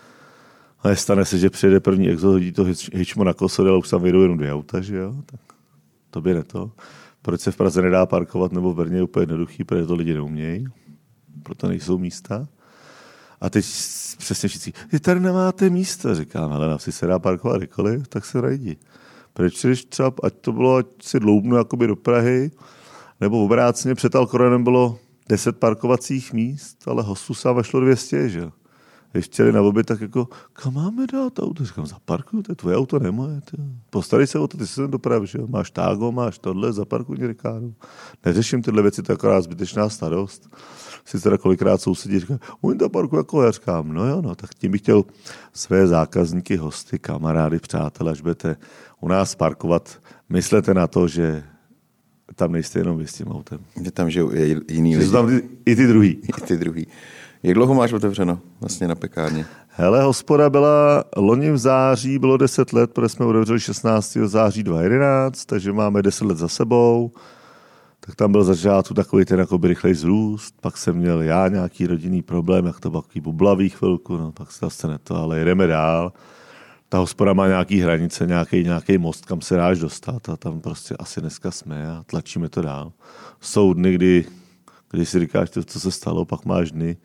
Ale stane se, že přijede první exo, hodí to hičmo na kosor, ale už tam vyjdou jenom 2 auta, že jo? Tak to by ne to. Proč se v Praze nedá parkovat, nebo v Brně je úplně jednoduchý, protože to lidi neumějí. Proto nejsou místa. A teď přesně všichni, tady nemáte místa. Říkám, ale na vsi se dá parkovat kdykoliv, tak se najdi. Protože třeba, ať to bylo, ať si dloubnu jakoby do Prahy, nebo obráceně před Alkorenem bylo 10 parkovacích míst, ale hostů se vešlo 200, že jo. Když chtěli na oběd, tak jako, kam máme dát auto? Říkám, zaparkuj, to je tvoje auto, nemoje. Postarej se o to, ty se sem dopravíš, že jo. Máš tágo, máš tohle, zaparkuj mě, Ricardo. Neřeším tyhle věci, to je akorát zbytečná starost. Si teda kolikrát sousedí říkají, oni to parkují jako já, říkám, no jo, no, tak tím bych chtěl své zákazníky, hosty, kamarády, přátelé, až budete u nás parkovat, myslete na to, že tam nejste jenom vy s tím autem. Že tam žijou jiný lidi. Tam i ty druhý. I ty druhý. Jak dlouho máš otevřeno vlastně na pekárně? Hele, hospoda byla loni v září, bylo 10 let, protože jsme otevřeli 16. září 2011, takže máme 10 let za sebou. Tak tam byl začátku takový ten jakoby rychlej vzrůst, pak jsem měl já nějaký rodinný problém, jak to bylo takový bublavý chvilku, no pak se zase ne to, ale jdeme dál. Ta hospoda má nějaký hranice, nějaký most, kam se dáš dostat a tam prostě asi dneska jsme a tlačíme to dál. Jsou dny, kdy si říkáš, co se stalo, pak máš dny,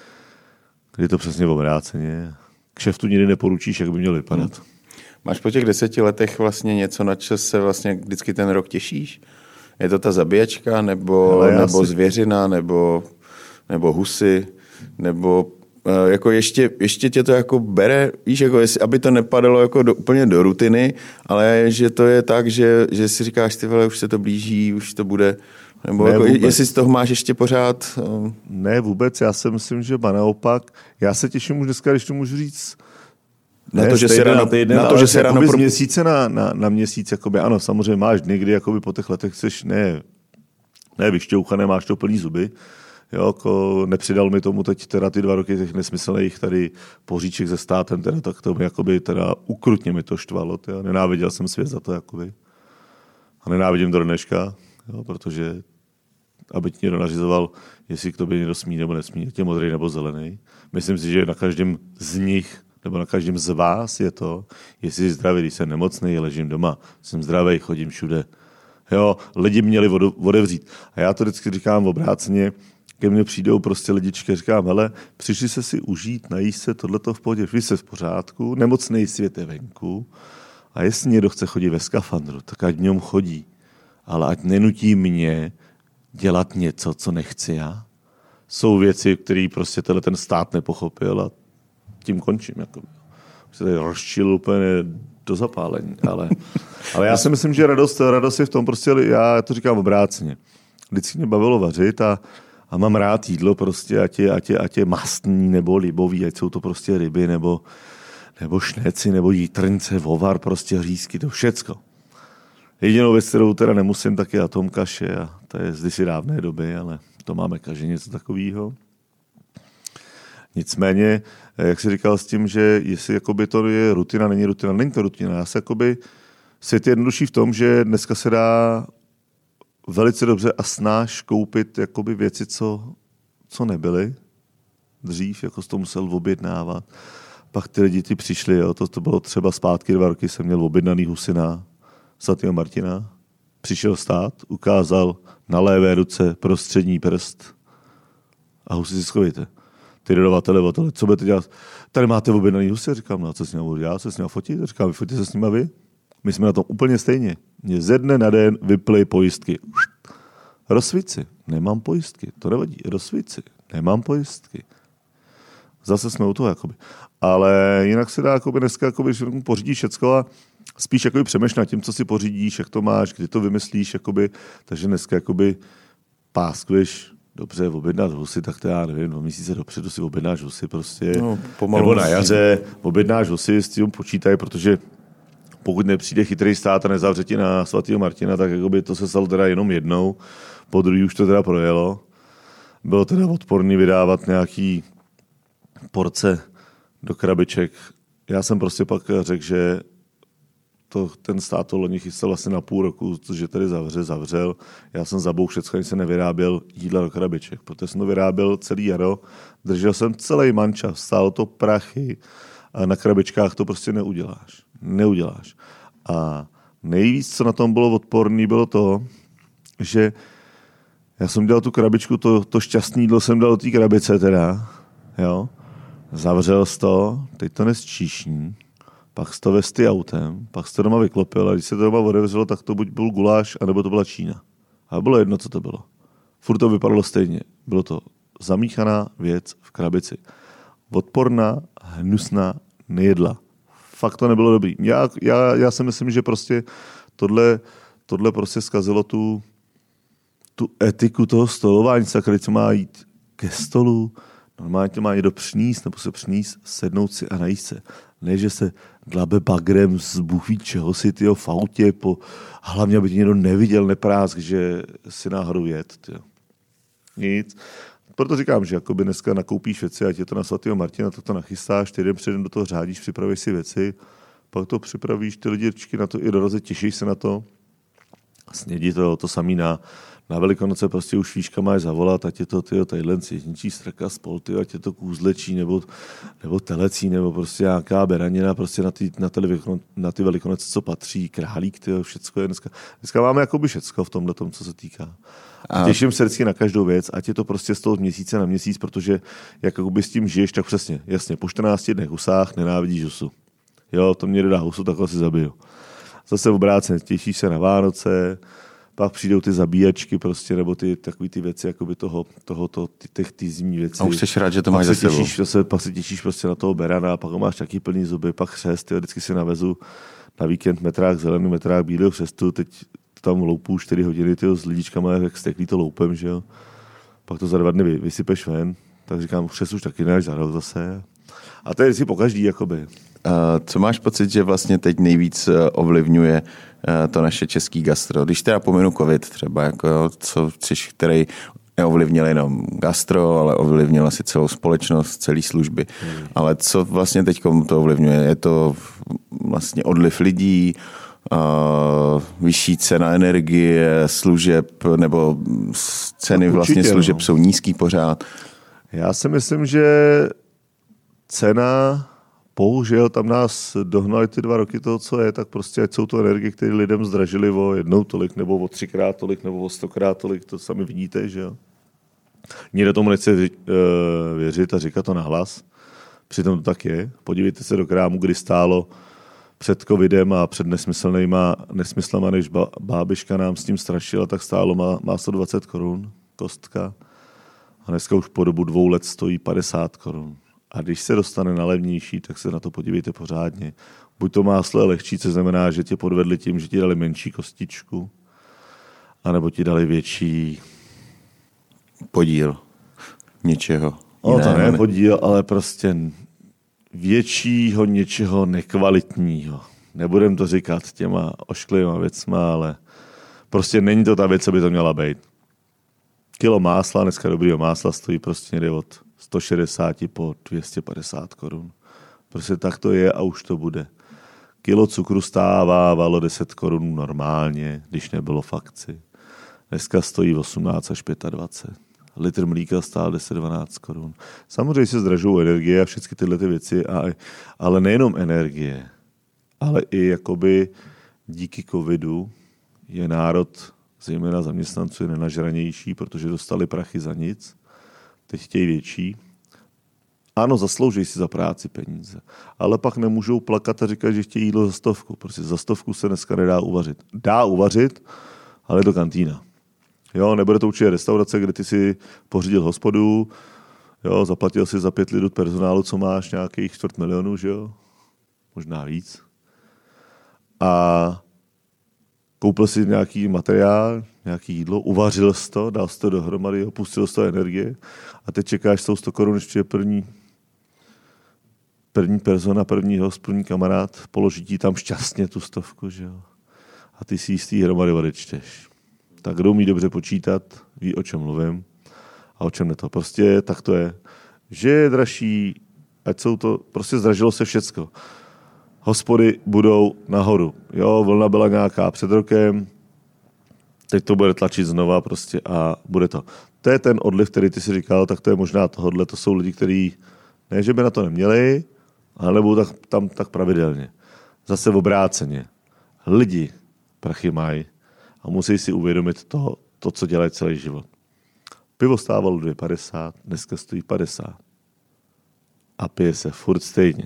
kdy to přesně obráceně. Kšeftu nikdy neporučíš, jak by měl vypadat. Máš po těch 10 letech vlastně něco, na co se vlastně vždycky ten rok těšíš? Je to ta zabíjačka, nebo zvěřina, nebo husy, nebo jako ještě tě to jako bere, víš, jako jestli, aby to nepadalo jako úplně do rutiny, ale že to je tak, že si říkáš, ty vole, už se to blíží, už to bude, nebo jako, jestli z toho máš ještě pořád. Ne, vůbec, já si myslím, že naopak. Já se těším už dneska, když to můžu říct, na to, že se ráno z měsíce na měsíc, jakoby, ano, samozřejmě máš dny, kdy jakoby po těch letech chceš ne vyšťouchané, máš to plný zuby. Jo, jako nepřidal mi tomu teď teda ty 2 roky těch nesmyslných tady poříček se státem, teda, tak to mi jakoby teda ukrutně mi to štvalo. Teda. Nenáviděl jsem svět za to jakoby. A nenávidím do dneška, jo, protože aby ti někdo nařizoval, jestli k tobě někdo smí nebo nesmí, je modrý nebo zelený. Myslím si, že na každém z nich nebo na každém z vás je to, jestli jsi zdravý, když jsem nemocný, ležím doma, jsem zdravý, chodím všude. Jo, lidi měli odevřít. A já to vždycky říkám obráceně, ke mně přijdou prostě lidičky, říkám, hele, přišli se si užít, najíst se, tohleto v pohodě, vy jste v pořádku, nemocnej svět je venku a jestli někdo chce chodit ve skafandru, tak ať v něm chodí, ale ať nenutí mě dělat něco, co nechci já. Jsou věci, které prostě ten stát nepochopil a tím končím. Jako. Se tady rozčil úplně do zapálení. Ale já si myslím, že radost je v tom prostě, já to říkám obráceně. Vždycky mě bavilo vařit a A mám rád jídlo prostě, ať je mastný nebo libový, ať jsou to prostě ryby nebo šneci, nebo jitrnce, vovar, prostě hřízky, to všecko. Jedinou věc, kterou teda nemusím, tak je atomkaše a to je z kdysi dávné doby, ale to máme každý něco takového. Nicméně, jak jsi říkal s tím, že jestli jakoby to je rutina, není to rutina. Já se jakoby, svět je jednodušší v tom, že dneska se dá velice dobře a snáš koupit jakoby věci, co nebyly dřív, jako jsi to musel objednávat. Pak ty lidi ti přišli, jo, to bylo třeba zpátky 2 roky, jsem měl objednaný husy na svatého Martina. Přišel stát, ukázal na levé ruce prostřední prst a husy si schovejte. Ty dodavatele, co budete dělat? Tady máte objednaný husy, říkám, no a co s ním budu dělat, co s ním fotit? Říkám, vyfotíte se s nima vy? My jsme na tom úplně stejně. Mě ze dne na den vyply pojistky. Rozsvíci, nemám pojistky, to nevadí. Rozsvíci, nemám pojistky. Zase jsme u toho, jakoby. Ale jinak se dá jakoby dneska, jakoby, že pořídíš všecko a spíš jakoby přemýšlíš nad tím, co si pořídíš, jak to máš, kdy to vymyslíš, jakoby. Takže dneska jakoby páskuješ, dobře, objednat husy, tak to já nevím, 2 měsíce dopředu si objednáš husy prostě. No, nebo na jaře objednáš husy, s tím počítají, protože pokud nepřijde chytrý stát a nezavře ti na svatého Martina, tak jakoby to se stalo teda jenom jednou, po druhý už to teda projelo. Bylo teda odporný vydávat nějaký porce do krabiček. Já jsem prostě pak řekl, že ten stát to loni chystal asi na půl roku, že tady zavřel. Já jsem zabouch všechno, když se nevyráběl jídla do krabiček, protože jsem to vyráběl celý jaro, držel jsem celý mančas, stálo to prachy a na krabičkách to prostě neuděláš. A nejvíc, co na tom bylo odporný, bylo to, že já jsem dělal tu krabičku, to šťastný jídlo jsem dal do té krabice teda, jo. Zavřel jsi to, teď to nesčíšní, pak jsi to vezl autem, pak jsi to doma vyklopil a když se to doma odevřelo, tak to buď byl guláš, anebo to byla Čína. A bylo jedno, co to bylo. Furt to vypadalo stejně. Bylo to zamíchaná věc v krabici. Odporná, hnusná, nejedla. Fakt to nebylo dobrý. Já si myslím, že prostě tohle prostě zkazilo tu etiku toho stolování, sakra, co má jít ke stolu. Normálně tě má někdo přinést, nebo se přinést, sednout si a najíst se. Ne, že se dlabe bagrem z bůh ví čeho si tyjo, v autě, hlavně, aby tě někdo neviděl, neprásk, že si náhodou jet. Tyjo. Nic. Proto říkám, že jakoby dneska nakoupíš věci, ať je to na svatého Martina, to nachystáš, ty den předem do toho řádíš, připravíš si věci, pak to připravíš, ty lidičky na to i dorazí, těšíš se na to, snědí to samý na Velikonoce prostě už víš, kam máš zavolat, ať je to tadyhle cížničí strka spol, ať je to kůzlečí nebo telecí, nebo prostě nějaká beranina prostě na ty Velikonoce, co patří, králík, všecko je dneska. Dneska máme jakoby všecko v tomhle tom, co se týká. A těším se vždycky na každou věc, ať je to prostě z toho měsíce na měsíc, protože jakoby s tím žiješ, tak přesně, jasně, po 14 dnech husách nenávidíš husu. Jo, to mě dodá husu, takhle si zabiju. Zase obráceně, těšíš se na Vánoce, pak přijdou ty zabíjačky prostě, nebo takový ty věci, jakoby ty zimní věci. A už jsi rád, že to máš za sebou. Pak se těšíš prostě na toho berana, pak ho máš taky plný zuby, pak chřest, vždycky si navezu na víkend metrák zelený, metrák bílého chřestu, teď tam loupu 4 hodiny s lidičkama, jak steklý to loupem, že jo. Pak to za 2 dny vysypeš ven, tak říkám, chřest už taky ne, až za rok zase. A to je vždycky po každý, jakoby. Co máš pocit, že vlastně teď nejvíc ovlivňuje to naše český gastro? Když teda pominu covid třeba, jako který neovlivnil jenom gastro, ale ovlivnil asi celou společnost, celý služby. Ale co vlastně teď to ovlivňuje? Je to vlastně odliv lidí, vyšší cena energie, služeb, nebo ceny vlastně služeb jsou nízký pořád? Já si myslím, že cena, bohužel tam nás dohnali ty 2 roky toho, co je, tak prostě ať jsou to energie, které lidem zdražily o 1 tolik, nebo o 3krát tolik, nebo o 100krát tolik, to sami vidíte, že jo. Nikdo tomu nechce věřit a říkat to nahlas. Přitom to tak je. Podívejte se do krámu, kdy stálo před covidem a před nesmyslama, než bábiška nám s tím strašila, tak stálo má 120 korun kostka. A dneska už po dobu 2 let stojí 50 korun. A když se dostane na levnější, tak se na to podívejte pořádně. Buď to máslo je lehčí, co znamená, že tě podvedli tím, že ti dali menší kostičku, anebo ti dali větší podíl něčeho No jiného. to ne podíl, ale prostě většího něčeho nekvalitního. Nebudem to říkat těma ošklivýma věcma, ale prostě není to ta věc, co by to měla být. Kilo másla, dneska dobrýho másla stojí prostě někde od 160 po 250 korun. Prostě tak to je a už to bude. Kilo cukru stávalo 10 korun normálně, když nebylo v akci. Dneska stojí 18 až 25. Litr mlíka stál 10-12 korun. Samozřejmě se zdražují energie a všechny tyhle ty věci, ale nejenom energie, ale i jakoby díky covidu je národ, zejména zaměstnanců, je nenažranější, protože dostali prachy za nic. Teď chtějí větší. Ano, zaslouží si za práci peníze, ale pak nemůžou plakat a říkat, že chtějí jídlo za 100. Prostě za 100 se dneska nedá uvařit. Dá uvařit, ale je to kantýna. Jo, nebude to určitě restaurace, kde ty si pořídil hospodu, jo, zaplatil si za 5 lidů personálu, co máš, nějakých 250 000, že jo? Možná víc. A koupil si nějaký materiál, nějaký jídlo, uvařil jsi to, dal jsi to dohromady, opustil jsi to energie a teď čekáš 100 korun, než přijde první persona, první kamarád, položí ti tam šťastně tu 100, že jo? A ty si jistý hromady odečteš. Tak kdo umí dobře počítat, ví, o čem mluvím a o čem ne to. Prostě tak to je. Že je dražší, ať jsou to, prostě zdražilo se všecko. Hospody budou nahoru. Jo, vlna byla nějaká před rokem, teď to bude tlačit znova prostě a bude to. To je ten odliv, který ty si říkal, tak to je možná tohodle. To jsou lidi, kteří ne, že by na to neměli, ale nebudou tam tak pravidelně. Zase v obráceně. Lidi prachy mají a musí si uvědomit to, co dělají celý život. Pivo stávalo 2,50, dneska stojí 50. A pije se furt stejně.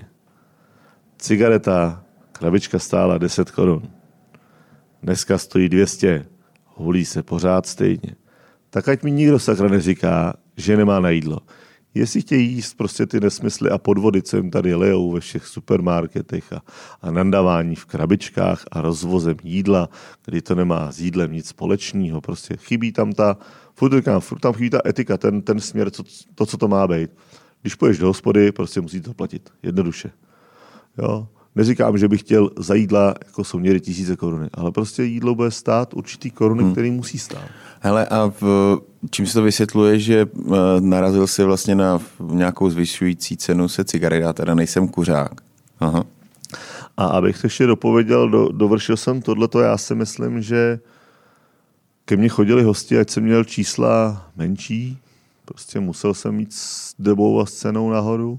Cigareta, krabička stála 10 korun. Dneska stojí 200. Hulí se pořád stejně. Tak ať mi nikdo sakra neříká, že nemá na jídlo. Jestli chtějí jíst prostě ty nesmysly a podvody, co jim tady lejou ve všech supermarketech a nandavání v krabičkách a rozvozem jídla, kdy to nemá s jídlem nic společného. Prostě chybí tam furt tam chybí ta etika, ten směr, co to má být. Když půjdeš do hospody, prostě musí to platit. Jednoduše. Jo? Neříkám, že bych chtěl za jídla, jako jsou někdy 1000 koruny, ale prostě jídlo bude stát určitý koruny, který musí stát. Hele, a čím se to vysvětluje, že narazil si vlastně na nějakou zvyšující cenu se cigaret, já teda nejsem kuřák. Aha. A abych to ještě dopověděl, dovršil jsem tohleto, já si myslím, že ke mně chodili hosti, ať jsem měl čísla menší, prostě musel jsem jít s dobou a s cenou nahoru,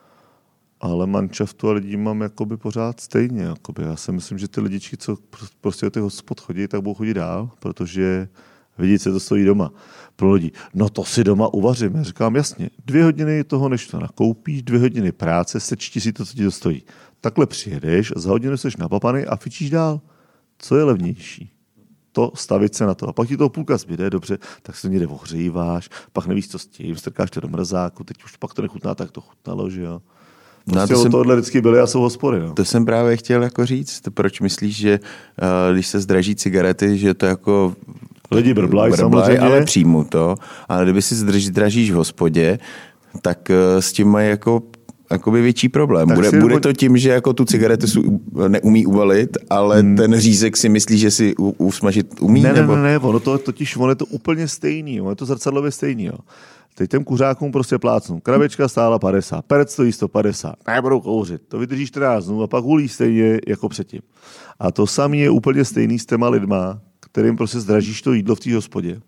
ale manšaftu a lidí mám jakoby pořád stejně. Jakoby. Já si myslím, že ty lidičky, co prostě do těch hospod chodí, tak budou chodit dál, protože vidíte, co to stojí doma. Pro lidi, no to si doma uvařím. Já říkám, jasně, 2 hodiny toho, než to nakoupíš, 2 hodiny práce, sečti si to, co ti to stojí. Takhle přijedeš, za hodinu jsi napapaný a fičíš dál. Co je levnější? To stavit se na to. A pak ti toho půlka zbyde, dobře, tak se někde ohříváš, pak nevíš, co s tím, strkáš to do mrazáku, teď už pak to nechutná, tak to chutnalo, že jo. Prostě od tohohle vždycky byly a jsou hospody. No. To jsem právě chtěl jako říct. Proč myslíš, že když se zdraží cigarety, že to jako... Lidi brblají samozřejmě. Ale přijmu to. Ale kdyby si zdražíš v hospodě, tak s tím mají jakoby větší problém. Bude to tím, že jako tu cigaretu neumí uvalit, ale ten řízek si myslí, že si usmažit umí? Ne, ono je to úplně stejný. Ono je to zrcadlově stejný. Jo. Teď těm kuřákům prostě plácnu. Krabička stála 50, perec stojí 150, nebudou kouřit. To vydrží 14 dnů a pak hulí stejně jako předtím. A to samé je úplně stejný s těma lidma, kterým prostě zdražíš to jídlo v té hospodě.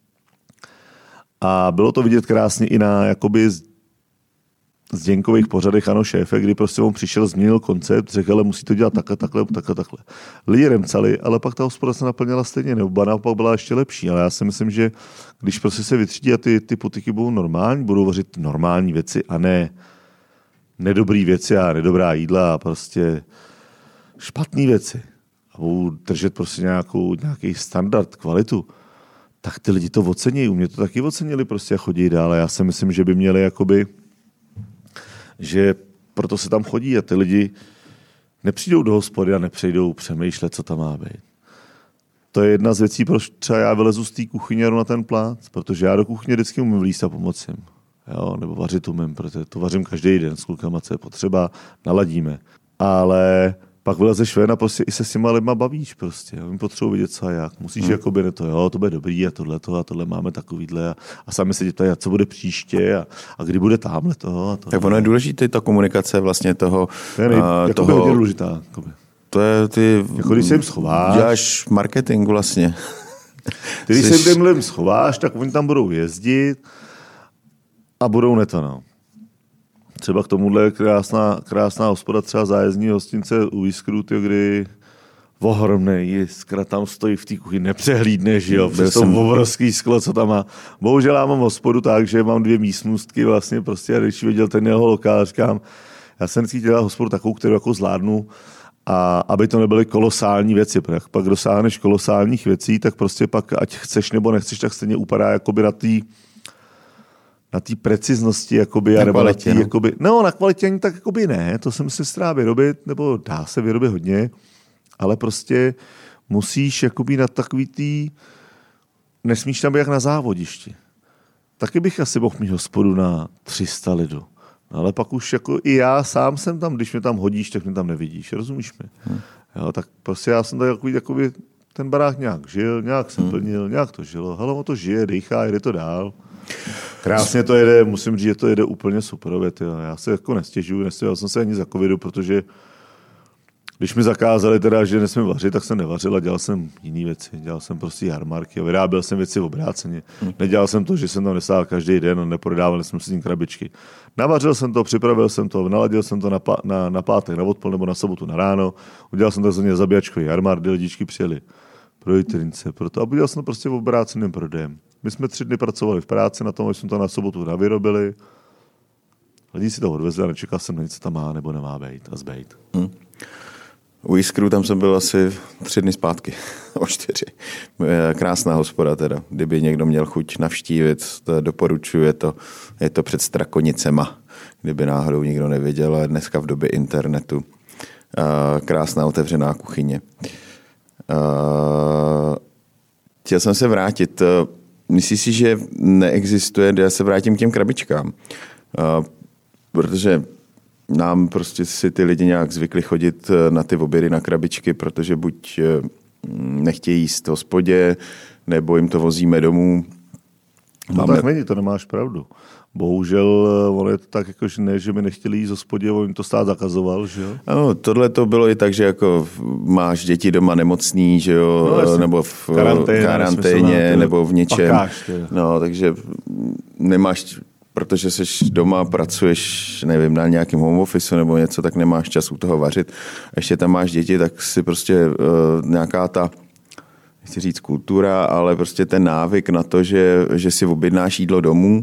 A bylo to vidět krásně i na jakoby Zděnkových pořadech Ano šéfe, kdy prostě on přišel, změnil koncept, řekl, ale musí to dělat takhle. Lidi remcali, ale pak ta hospoda se naplněla stejně, nebo naopak byla ještě lepší. Ale já si myslím, že když prostě se vytřídí a ty potyky budou normální, budou vařit normální věci a ne nedobrý věci a nedobrá jídla a prostě špatné věci. A budou držet prostě nějaký standard, kvalitu, tak ty lidi to ocení. U mě to taky ocenili prostě a chodí dál. Já si myslím, že by měli jakoby že proto se tam chodí a ty lidi nepřijdou do hospody a nepřejdou přemýšlet, co tam má být. to je jedna z věcí, proč třeba já vylezu z té kuchyně na ten plác, protože já do kuchyně vždycky umím vlízt a pomoci. Jo, nebo vařit umím, protože to vařím každý den s klukama, co je potřeba, naladíme. Ale pak vylezeš ven a prostě i se s těma lidma bavíš prostě. Oni potřebují vidět, co a jak. Musíš jakoby to, jo, to bude dobrý a tohle máme takovýhle a sami se ptají, co bude příště a kdy bude támhle toho. Tak ono je důležité, ta komunikace vlastně toho... To je hodně důležitá. Jakoby. To je ty... Jako když se jim schováš... Děláš marketing vlastně. Když se jim lidem schováš, tak oni tam budou jezdit a budou no. Třeba k tomuhle je krásná hospoda, třeba zájezdní hostince u Jiskru, kdy ohromnej Jiskra tam stojí v té kuchyni, nepřehlídneš, jo, přes to obrovský sklo, co tam má. Bohužel já mám hospodu tak, že mám 2 místnostky vlastně prostě a když viděl ten jeho lokál, říkám, já jsem vždycky dělal hospodu takovou, kterou jako zvládnu, a aby to nebyly kolosální věci, protože pak dosáhneš kolosálních věcí, tak prostě pak, ať chceš nebo nechceš, tak stejně upadá jakoby na té preciznosti, jakoby, na nebo kvalitě, na jakoby, no, na kvalitě ani tak jakoby ne, to se musí strá vyrobit, nebo dá se vyrobit hodně, ale prostě musíš jakoby na takový nesmíš tam být jak na závodišti. Taky bych asi mohl mít hospodu na 300 lidů. Ale pak už jako i já sám jsem tam, když mě tam hodíš, tak mě tam nevidíš, rozumíš mi? Jo, tak prostě já jsem tak jakoby ten barák nějak žil, nějak jsem plnil, nějak to žilo. Hele, on to žije, dýchá, jede to dál. Krásně to jede, musím říct, že to jede úplně superově. Já se jako nestěžuju jsem se ani za covidu, protože když mi zakázali teda, že nesmím vařit, tak jsem nevařil a dělal jsem jiné věci. Dělal jsem prostě jarmarky a vyráběl jsem věci obráceně. Nedělal jsem to, že jsem tam nesál každý den a neprodával jsem si tím krabičky. Navařil jsem to, připravil jsem to, naladil jsem to na pátek, na odpol nebo na sobotu na ráno. Udělal jsem takzvaně zabíjačkový jarmark, kdy lidičky přijeli pro jitrince. A udělal jsem to prostě v obráceném prodejem. My jsme 3 dny pracovali v práci na tom, že jsme to na sobotu navyrobili. Lidi si to odvezli a nečekal jsem na nic, co tam má nebo nemá být a zbejt. U Jiskru tam jsem byl asi 3 dny zpátky, o 4. Krásná hospoda teda. Kdyby někdo měl chuť navštívit, to doporučuji, je to před Strakonicema, kdyby náhodou nikdo nevěděl, ale dneska v době internetu. Krásná otevřená kuchyně. Chtěl jsem se vrátit. Myslíš si, že neexistuje, já se vrátím k těm krabičkám, protože nám prostě si ty lidi nějak zvykli chodit na ty obědy na krabičky, protože buď nechtějí jíst v hospodě, nebo jim to vozíme domů. No tak není, to nemáš pravdu. Bohužel ono je to tak, jako, že ne, že by nechtěli jíst v hospodě, on jim to stát zakazoval, že jo? Ano, tohle to bylo i tak, že jako máš děti doma nemocný, že jo, no, nebo v karanténě, nebo v něčem. Pakáš, no, takže nemáš, protože jsi doma, pracuješ, nevím, na nějakém home office nebo něco, tak nemáš čas u toho vařit. Ještě tam máš děti, tak si prostě nějaká ta, nechci říct kultura, ale prostě ten návyk na to, že si objednáš jídlo domů,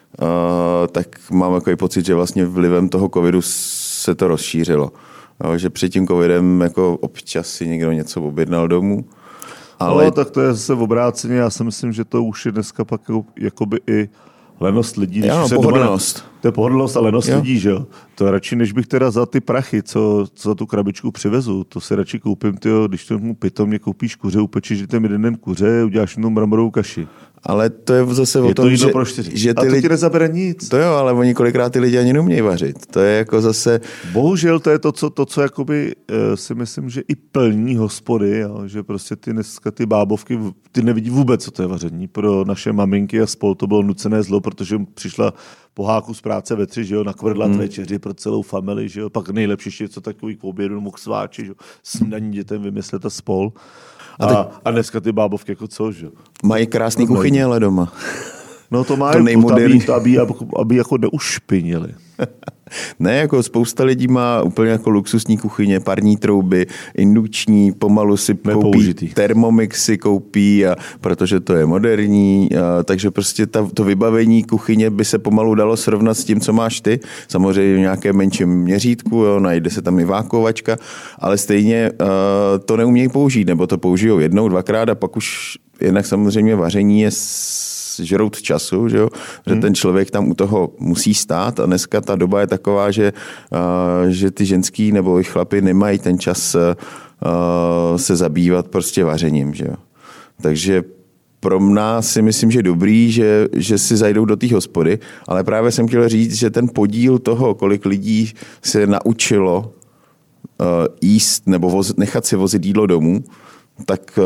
tak mám takový pocit, že vlastně vlivem toho covidu se to rozšířilo. Že před tím covidem jako občas si někdo něco objednal domů. Ale... No, tak to je zase obráceně. Já si myslím, že to už je dneska pak jakoby i lenost lidí. Jo, pohodlnost. To je pohodlnost a lenost lidí, že jo. To je radši, než bych teda za ty prachy, co za tu krabičku přivezu, to si radši koupím, když tomu pitomně koupíš kuře, upečíš tam jeden den kuře, uděláš jenom bramborovou kaši. Ale to je zase o tom, že ty lidi... ti nezabere nic. To jo, ale oni kolikrát ty lidi ani neumějí vařit. To je jako zase... Bohužel to je to, co jakoby, si myslím, že i plní hospody, jo? Že prostě ty dneska ty bábovky, ty nevidí vůbec, co to je vaření. Pro naše maminky a spol to bylo nucené zlo, protože přišla po háku z práce ve 3, že jo, nakvrdlat večeři pro celou family, že jo, pak nejlepší ještě co takový k obědu nebo k sváči, že jo, snídaní dětem vymyslet a spol. A dneska ty bábovky jako co, že jo. Mají krásný kuchyně, ale doma. No to mají, aby jako neušpinili. Ne, jako spousta lidí má úplně jako luxusní kuchyně, parní trouby, indukční, pomalu si koupí Thermomixy koupí, a protože to je moderní, takže prostě to vybavení kuchyně by se pomalu dalo srovnat s tím, co máš ty. Samozřejmě v nějakém menším měřítku, jo, najde se tam i vákovačka, ale stejně to neumějí použít, nebo to použijou 1, 2krát a pak už jednak samozřejmě vaření je žrout času, že ten člověk tam u toho musí stát a dneska ta doba je taková, že ty ženský nebo i chlapi nemají ten čas se zabývat prostě vařením, že jo. Takže pro nás si myslím, že dobrý, že si zajdou do té hospody, ale právě jsem chtěl říct, že ten podíl toho, kolik lidí se naučilo jíst nebo nechat si vozit jídlo domů, tak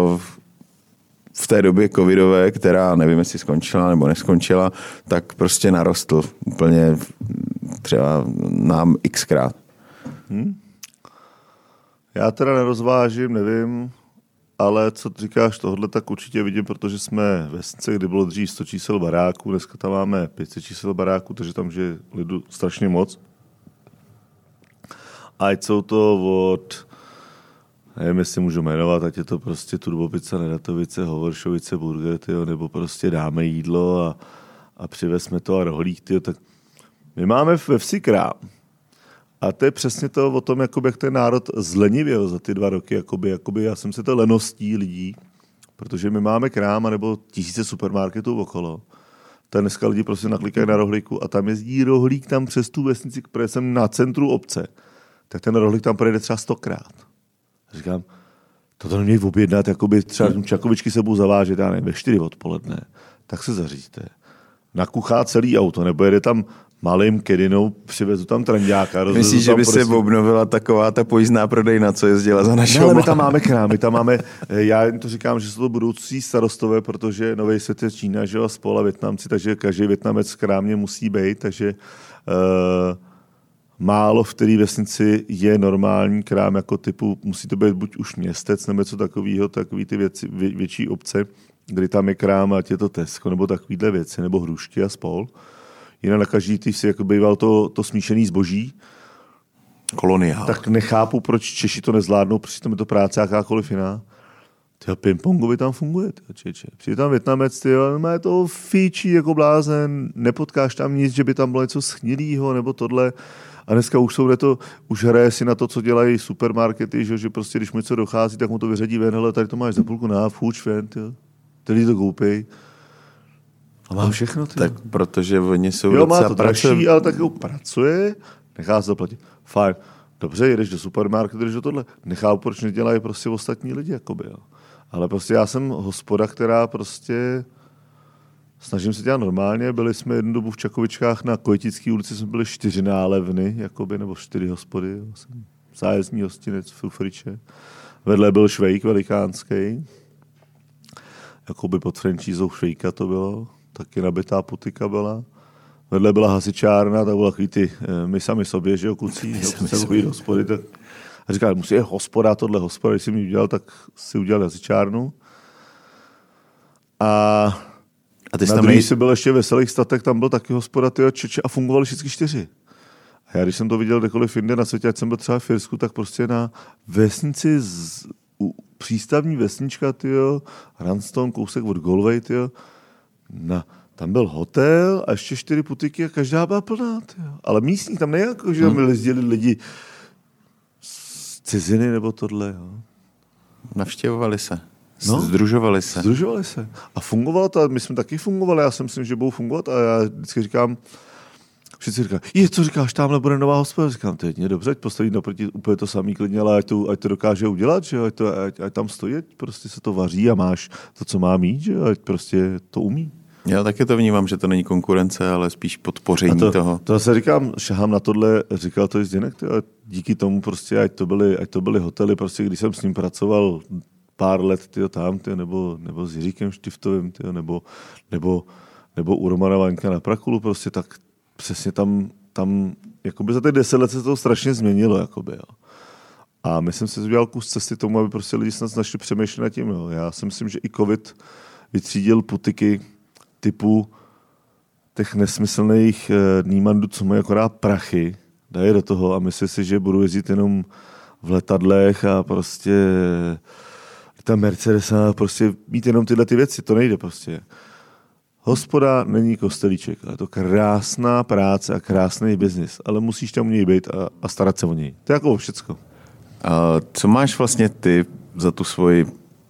v té době covidové, která nevím, jestli skončila nebo neskončila, tak prostě narostl úplně třeba nám xkrát. Já teda nerozvážím, nevím, ale co říkáš tohle, tak určitě vidím, protože jsme ve vesnice, kdy bylo dřív 100 čísel baráků, dneska tam máme 500 čísel baráků, takže tam je lidu strašně moc. Ať jsou to od, nevím, jestli můžu jmenovat, ať je to prostě Turbopica, Nedatovice, Hovoršovice, Burger, tyjo, nebo prostě dáme jídlo a přivezme to a rohlík, tyjo, tak my máme ve vsi krám. A to je přesně to o tom, jakoby, jak ten národ zlenivěl za ty 2 roky. Jakoby, já jsem se to leností lidí, protože my máme krám nebo tisíce supermarketů okolo. Tak dneska lidi prostě naklikají na rohlíku a tam jezdí rohlík tam přes tu vesnici, protože jsem na centru obce. Tak ten rohlík tam projede třeba 100krát. Říkám, toto nemějí objednat, jakoby třeba čakovičky se budou zavážet, já nevím, ve 4 odpoledne. Tak se zaříďte. Nakuchá celý auto, nebo jede tam malým kedinou, přivezu tam tranďáka. Myslíš, že by prostě se obnovila taková ta pojízdná prodejna, co jezdila za našeho? Ale my tam máme krám, my tam máme, já jim to říkám, že jsou to budoucí starostové, protože Nový svět je Čína, že jo, a spol a Vietnamci, takže každý Vietnamec v krámě musí být, takže málo v té vesnici je normální krám jako typu, musí to být buď už městec, nebo něco takového, takový ty věci, větší obce, kdy tam je krám, ať je to Tesco, nebo takovýhle věci, nebo Hrušky a spol. Jinak na každý ty si jako býval to smíšený zboží. Koloniál. Tak nechápu, proč Češi to nezvládnou, protože tam je to práce jakákoliv jiná. Tyjo, ping-pongovi tam funguje. Přijde tam Vietnamec, tyjo, má to fíčí jako blázen, nepotkáš tam nic, že by tam bylo něco schnilýho nebo tohle. A dneska už jsou už hraje si na to, co dělají supermarkety, že prostě když mu něco dochází, tak mu to vyřadí ven, hele, tady to máš za půlku fůč ven, tyjo. Tady to koupej. A mám všechno, tyjo. Tak protože oni jsou jo, má to dražší, ale tak pracuje, nechá se zaplatit. Fajn. Dobře, jedeš do supermarketu, jdeš do tohle. Nechápu, proč nedělají prostě ostatní lidi, jakoby, jo. Ale prostě já jsem hospoda, která prostě snažím se dělat normálně. Byli jsme jednu dobu v Čakovičkách na Kojetické ulici, jsme byli 4 nálevny, jakoby, nebo 4 hospody. Zájezdní hostinec, Fufriče. Vedle byl Švejk velikánský. Jakoby pod franšízou Švejka to bylo. Taky nabitá putika byla. Vedle byla hasičárna, tak byla takový ty my sami sobě, že jo, kucí. Hospody, tak. A říkal, musí je hospoda, tohle hospoda, když jsem ji udělal, tak si udělal hasičárnu. A ty na druhý si byl ještě Veselých statek, tam byl taky hospoda, tyjo, Čeče a fungovali všichni 4. A já, když jsem to viděl kdekoliv jinde na světě, ať jsem byl třeba v Irsku, tak prostě na vesnici, přístavní vesnička, tyjo, Ranston, kousek od Galway, tyjo, tam byl hotel a ještě 4 putiky a každá byla plná, tyjo. Ale místní tam nejako, že tam jezdili lidi z ciziny nebo tohle, jo. Navštěvovali se. Združovali se. A fungovalo to, my jsme taky fungovali, já si myslím, že budou fungovat a já vždycky říkám, všichni říkají, co říkáš, tamhle bude nová hospoda, říkám, to je jedině dobře, ať postaví naproti úplně to samý klidně, ale ať to dokáže udělat, že ať tam stojí, ať prostě se to vaří a máš to, co má mít, že ať prostě to umí. Já taky to vnímám, že to není konkurence, ale spíš podpoření toho. To zase říkám, šahám na tohle, říkal to i Zdeněk, díky tomu prostě, ať to byly hotely, prostě když jsem s ním pracoval pár let, tyjo, tam, tyjo, nebo s Jiříkem Štiftovým, tyjo, nebo u Romana Vaňka na Prakulu, prostě tak přesně tam jakoby za těch 10 let se to strašně změnilo, jakoby, jo. A myslím si, že udělal kus cesty tomu, aby prostě lidi snad začali přemýšlet nad tím, jo. Já si myslím, že i covid vytřídil putiky typu těch nesmyslných nímandů, co mají akorát prachy, dají do toho a myslí si, že budu jezdit jenom v letadlech a prostě ta Mercedes a prostě mít jenom tyhle ty věci, to nejde prostě. Hospoda není kostelíček, ale je to krásná práce a krásný biznis, ale musíš tam u něj být a starat se o něj. To je jako všecko. A co máš vlastně ty za tu svoji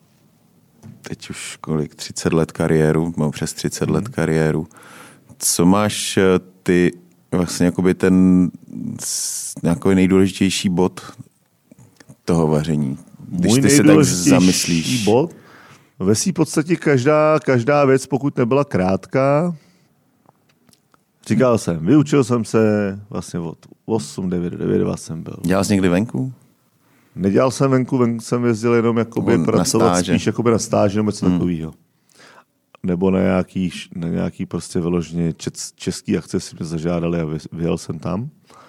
teď už 30 let kariéru, mám přes 30 let kariéru. Co máš ty vlastně jakoby ten nějaký nejdůležitější bod toho vaření? Když ty se tak zamyslíš. Bod? Ve svý podstatě každá věc, pokud nebyla krátká, říkal jsem, vyučil jsem se vlastně od 8, 9, 9 jsem byl. Dělal jsi někdy venku? Nedělal jsem venku jsem jezdil jenom jakoby pracovat spíš jakoby na stáži nebo něco takového. Nebo na nějaký prostě vyloženě český akce si mě zažádali a vyjel jsem tam.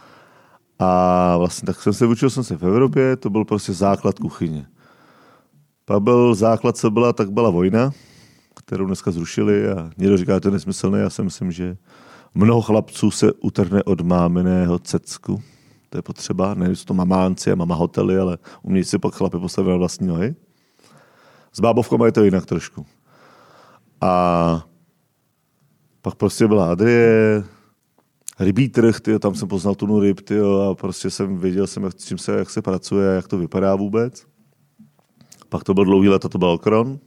A vlastně tak vyučil jsem se v Evropě, to byl prostě základ kuchyně. Pak byl základ, co byla, tak byla vojna, kterou dneska zrušili a někdo říká, že to je nesmyslné. Já si myslím, že mnoho chlapců se utrhne od máminého cecku. To je potřeba, ne, jsou to mamánci a mama hotely, ale umějí si pak chlapy postavit na vlastní nohy. S bábovkama je to jinak trošku. A pak prostě byla Adrie, rybí trh, tyjo, tam jsem poznal tunu ryb, tyjo, a prostě věděl jsem, jak se pracuje, jak to vypadá vůbec. Pak to byl dlouhý let, to byl Okron.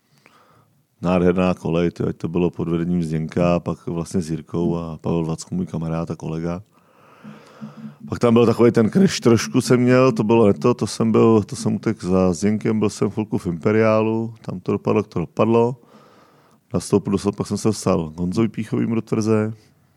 Nádherná kolej, tyjo, ať to bylo pod vedením Zděnka, pak vlastně s Jirkou a Pavel Vacku, můj kamarád a kolega. Pak tam byl takový ten crash trošku jsem měl, to bylo neto, to jsem utek za Zděnkem, byl jsem chvilku v Imperiálu, tam to dopadlo. Nastoupil pak jsem se vstal Honzovi Píchovým do tvrze.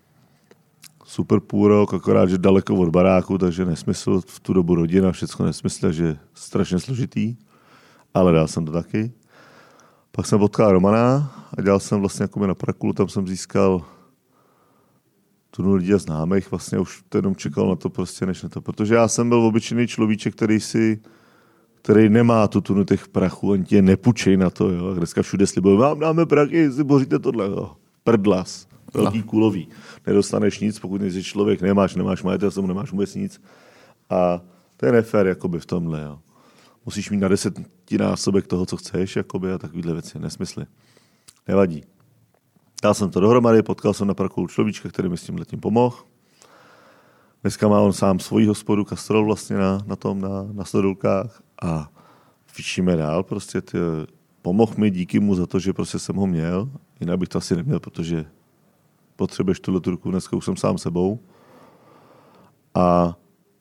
Super půl rok, akorát, že daleko od baráku, takže nesmysl, v tu dobu rodina, všechno nesmysl, takže strašně složitý, ale dal jsem to taky. Pak jsem potkal Romana a dělal jsem vlastně jako na Prakulu, tam jsem získal tunu lidí a známých, vlastně už to jenom čekal na to prostě než na to, protože já jsem byl obyčejný človíček, který nemá tu tunu těch prachů, ani tě nepůjčej na to, jo. A dneska všude slibují, vám dáme prachy, si boříte tohle, jo. Prdlas, velký kulový. Nedostaneš nic, pokud nejsi člověk, nemáš majetek, nemáš vůbec nic. A to je nefér, jakoby v tomhle, jo. Musíš mít na 10násobek toho, co chceš, jakoby, a takovýhle věci, nesmysly. Nevadí. Dal jsem to dohromady, potkal jsem na Prakulu človíčka, který mi s tím letím pomohl. Dneska má on sám svoji hospodu, Kastrol vlastně na Stodulkách a fičíme dál. Prostě pomohl mi, díky mu za to, že prostě jsem ho měl. Jinak bych to asi neměl, protože potřebuješ tuhle ruku, dneska už jsem sám sebou. A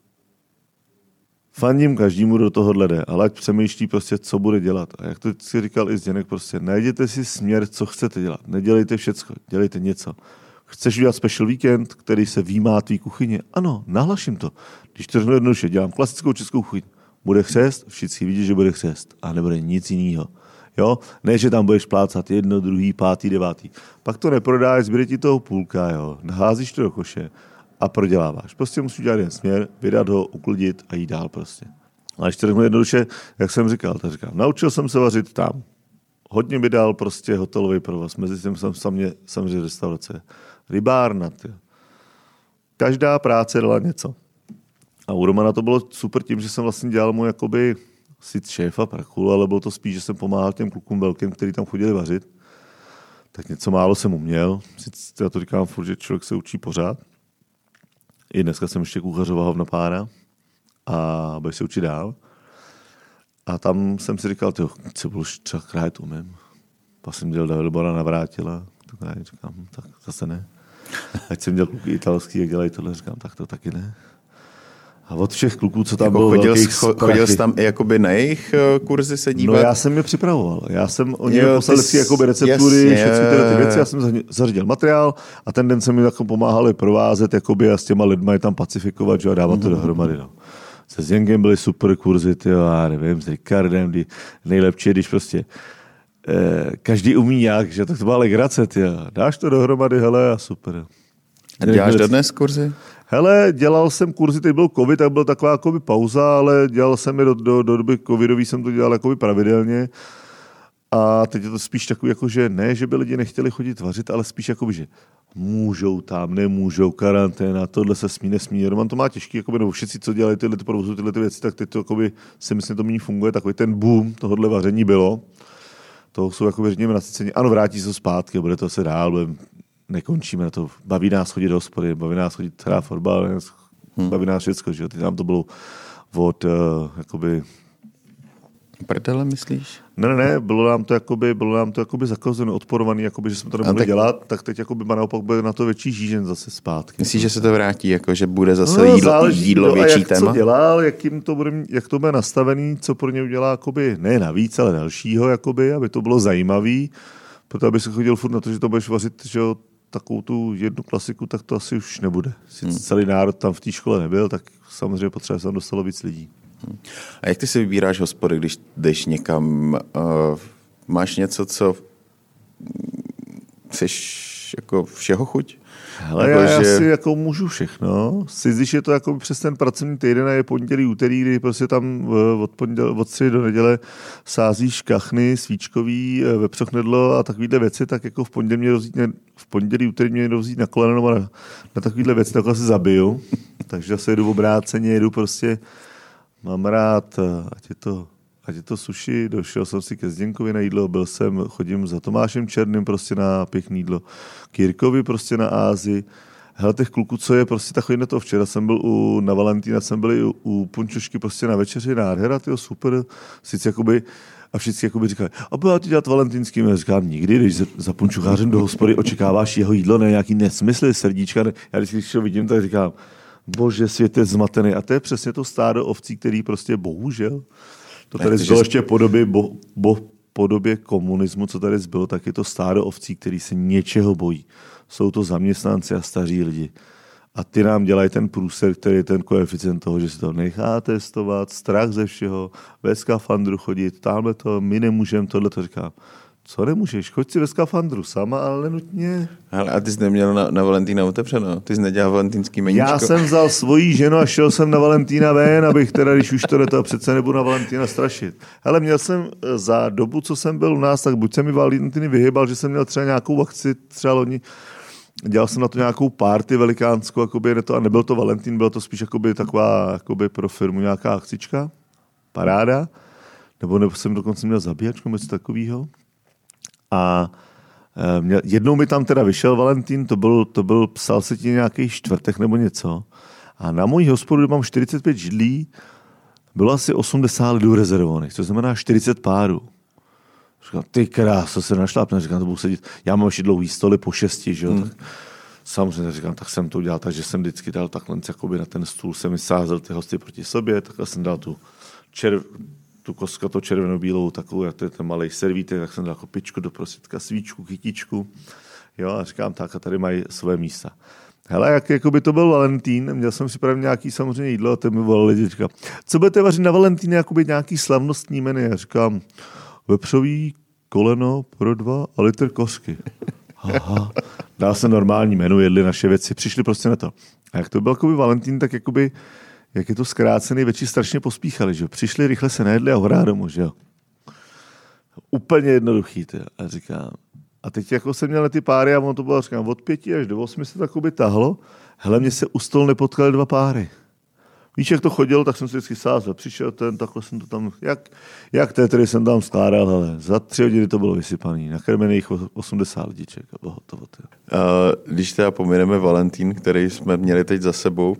fandím každému do tohohle jde, ale ať přemýšlí prostě, co bude dělat. A jak to si říkal i Zděnek, prostě najděte si směr, co chcete dělat. Nedělejte všecko, dělejte něco. Chceš udělat special weekend, který se výmá tvý kuchyně? Ano, nahlaším to. Když to řeknu jednoduše, dělám klasickou českou kuchyň. Bude chřest, všichni vidí, že bude chřest. A nebude nic jiného. Jo? Ne, že tam budeš plácat 1, 2, 5, 9. Pak to neprodáš, zbyde ti toho půlka, jo? Naházíš to do koše a proděláváš. Prostě musíš udělat jeden směr, vydat ho, uklidit a jít dál prostě. A když to řeknu jednoduše, jak jsem říkal, tak říkám, naučil jsem se vařit tam. Hodně mi dal prostě hotelový provoz. Mezi tím jsem samozřejmě restaurace. Rybárna. Každá práce dala něco. A u Romana to bylo super tím, že jsem vlastně dělal mu jakoby sice šéfa Prakulu, ale bylo to spíš, že jsem pomáhal těm klukům velkým, kteří tam chodili vařit. Tak něco málo jsem uměl. Sice já to říkám furt, že člověk se učí pořád. I dneska jsem ještě kuchařoval hovnopára a budeš se učit dál. A tam jsem si říkal, co bylo třeba krájet umím. Pak jsem dělal Davidbora Navrátila. Tak říkám, tak zase ne. Ať jsem dělal kluky italský, jak dělají tohle, říkám, tak to taky ne. A od všech kluků, co tam jako bylo chodil jsi tam i jakoby na jejich kurzy se dívat? No já jsem je připravoval. Oni mi poslali jakoby receptury, všechny ty věci, já jsem zařídil materiál a ten den jsem mi jako pomáhali provázet jakoby, a s těma lidma je tam pacifikovat, že, a dávat to dohromady. No. Se Zdenkem byly super kurzy, já nevím, s Ricardem, nejlepší, když prostě každý umí jak, že tak to byla legrace, dáš to dohromady, hele, a super. A děláš dodnes kurzy? Hele, dělal jsem kurzy, teď byl covid, tak byla taková jakoby pauza, ale dělal jsem je do doby covidový, jsem to dělal jakoby pravidelně. A teď je to spíš takový, jako, že ne, že by lidi nechtěli chodit vařit, ale spíš jakoby, že můžou tam, nemůžou, karanténa, tohle se smí, nesmí. Roman to má těžký, jakoby, nebo všichni, co dělají tyhle věci, tak teď to jakoby, si myslím, to méně funguje. Takový ten boom tohohle vaření bylo. To jsou jakoby, řekněme, nasycení. Ano, vrátí se zpátky, bude to se dál, nekončíme na to. Baví nás chodit do hospody, baví nás chodit hrát fotbal, baví nás všecko, že jo. Teď nám to bylo od jakoby Prdele, myslíš? Ne, bylo nám to jakoby zakazeno, odporovaný, jakoby, že jsme to nemohli dělat, tak teď jakoby naopak bude na to větší žížen zase zpátky. Myslíš, že se to vrátí, jako že bude zase jídlo větší jak téma? Co dělal, jak to bude nastavený, co pro ně udělá, jakoby, ne navíc, ale dalšího, jakoby, aby to bylo zajímavý, proto aby se chodil furt na to, že to budeš vařit, že jo, takovou tu jednu klasiku, tak to asi už nebude. Sice celý národ tam v té škole nebyl, tak samozřejmě potřeba se tam dostalo víc lidí. A jak ty si vybíráš hospody, když jdeš někam? Máš něco, co chceš jako všeho chuť? Hele, já si jako můžu všechno. Když je to jako přes ten pracovní týden a je pondělí, úterý, kdy prostě tam od středy do neděle sázíš kachny, svíčkový, vepřochnedlo a takovýhle věci, tak jako v pondělí, úterý mě někdo vzít na koleno nebo na takovýhle věci, tak asi zabiju. Takže zase jedu obráceně, jedu prostě, mám rád, ať je to sushi, došel jsem si ke Zděnkovi na jídlo, chodím za Tomášem Černým prostě na pěkný jídlo, k Jirkovi prostě na Ázii. Hele, těch kluků, co je prostě takový na to. Včera jsem byl na Valentína, jsem byl u Punčušky prostě na večeři, nádhera, tyjo, super. Sice jakoby, a všichni jakoby říkají, a budu ti dělat valentýnský, já říkám, nikdy, když za punčuchářem do hospody očekáváš jeho jídlo, ne nějaký nesmysly, srdíčka, ne. Já když ho vidím, tak říkám, bože, svět je zmatený. A to je přesně to stádo ovcí, který prostě bohužel, to tady zbylo ještě po době komunismu, co tady zbylo, tak je to stádo ovcí, který se něčeho bojí. Jsou to zaměstnanci a staří lidi. A ty nám dělají ten průser, který je ten koeficient toho, že si to nechá testovat, strach ze všeho, ve skafandru chodit, tamhle to, my nemůžeme, tohle to říkám. Co nemůžeš? Choď si ve skafandru sama, ale nenutně. Ale a ty jsi neměl na Valentína otevřeno? Ty jsi nedělal valentýnský meníčko? Já jsem vzal svoji ženu a šel jsem na Valentína ven, abych teda, když už to přece nebudu na Valentína strašit. Hele, měl jsem za dobu, co jsem byl u nás, tak buď se mi Valentíny vyhybal, že jsem měl třeba nějakou akci, třeba loni, dělal jsem na to nějakou party velikánskou, jakoby, a nebyl to Valentín, bylo to spíš jakoby, taková jakoby pro firmu nějaká akcička, paráda, nebo jsem dokonce měl zabíjačku, něco takového. A jednou mi tam teda vyšel Valentín, to byl psal se ti nějaký čtvrtek nebo něco. A na mojí hospodu, kde mám 45 židlí, bylo asi 80 lidů rezervovaných, což znamená 40 párů. Říkám, ty kráso, se našlápne, říkám, to budu sedět. Já mám ještě dlouhý stoly po 6, že jo, tak samozřejmě říkám, tak jsem to udělal, takže jsem vždycky dal takhle jakoby na ten stůl, jsem mi sázel ty hosty proti sobě, takhle jsem dal tu koskato červeno-bílou, takovou, jak to je ten malej servítek, tak jsem dal jako pičku do prostředka, svíčku, kytičku. Jo, a říkám, tak a tady mají své místa. Hele, jak by to byl Valentín, měl jsem si právě nějaký samozřejmě jídlo a ten mi volal lidi, říkám, co budete vařit na Valentín, jakoby nějaký slavnostní menu? Já říkám, vepřový koleno pro 2 a litr kosky. Aha. Dal se normální menu, jedli naše věci, přišli prostě na to. A jak to byl jakoby Valentín, tak jakoby jak je to zkrácený, větší strašně pospíchali, že přišli, rychle se najedli a horá domů, že jo. Úplně jednoduchý, tyjo. A říkám, a teď jako jsem měl na ty páry a on to bylo, říkám, od 5 až do 8 se takoby tahlo, hele, mě se u stolu nepotkali 2 páry. Víš, jak to chodilo, tak jsem si vždycky sázel. Přišel ten, takhle jsem to tam, jak Tetris jsem tam skládal, hele, za 3 hodiny to bylo vysypaný, nakrmených 80 lidiček a bylo hotovo. Když teda pomineme Valentín, který jsme měli teď za sebou,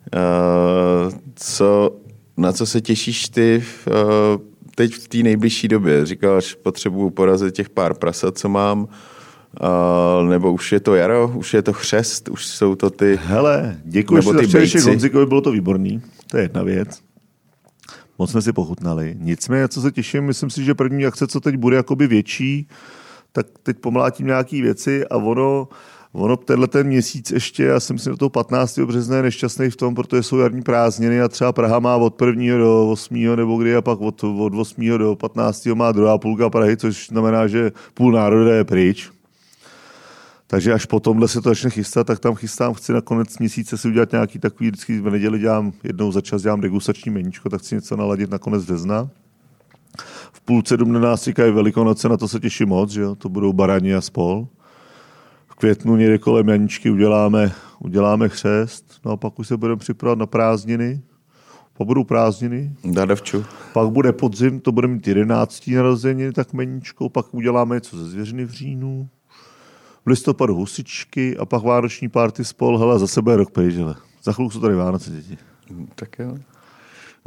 na co se těšíš ty teď v té nejbližší době? Říkáš, potřebuju porazit těch pár prasat, co mám, nebo už je to jaro, už je to chřest, už jsou to ty... Hele, děkuji za včerejšek Honzikovi, bylo to výborný, to je jedna věc. Moc jsme si pochutnali. Nicméně, co se těším, myslím si, že první akce, co teď bude jakoby větší, tak teď pomlátím nějaký věci a ono tenhle měsíc ještě, já jsem si do toho 15. března je nešťastný v tom, protože jsou jarní prázdniny a třeba Praha má od 1. do 8. nebo kdy a pak od 8. do 15. má druhá půlka Prahy, což znamená, že půl národa je pryč. Takže až po tomhle se to začne chystat, tak tam chci na konec měsíce si udělat nějaký takový, vždycky v neděli jednou za čas dělám degustační meníčko, tak chci něco naladit na konec března. V půlce dubna nás čekají Velikonoce, na to se těším moc, že jo? To budou barani a spol. V květnu někde kolem Janičky uděláme chřest, no a pak už se budeme připravovat na prázdniny. Pak budou prázdniny. Dadavču. Pak bude podzim, to bude mít 11. narozeniny, tak meníčko, pak uděláme něco ze zvěřiny v říjnu. V listopadu husičky a pak vánoční party spol, hele, zase bude rok pryč, hele. Za chvilku jsou tady Vánoce, děti. Tak jo.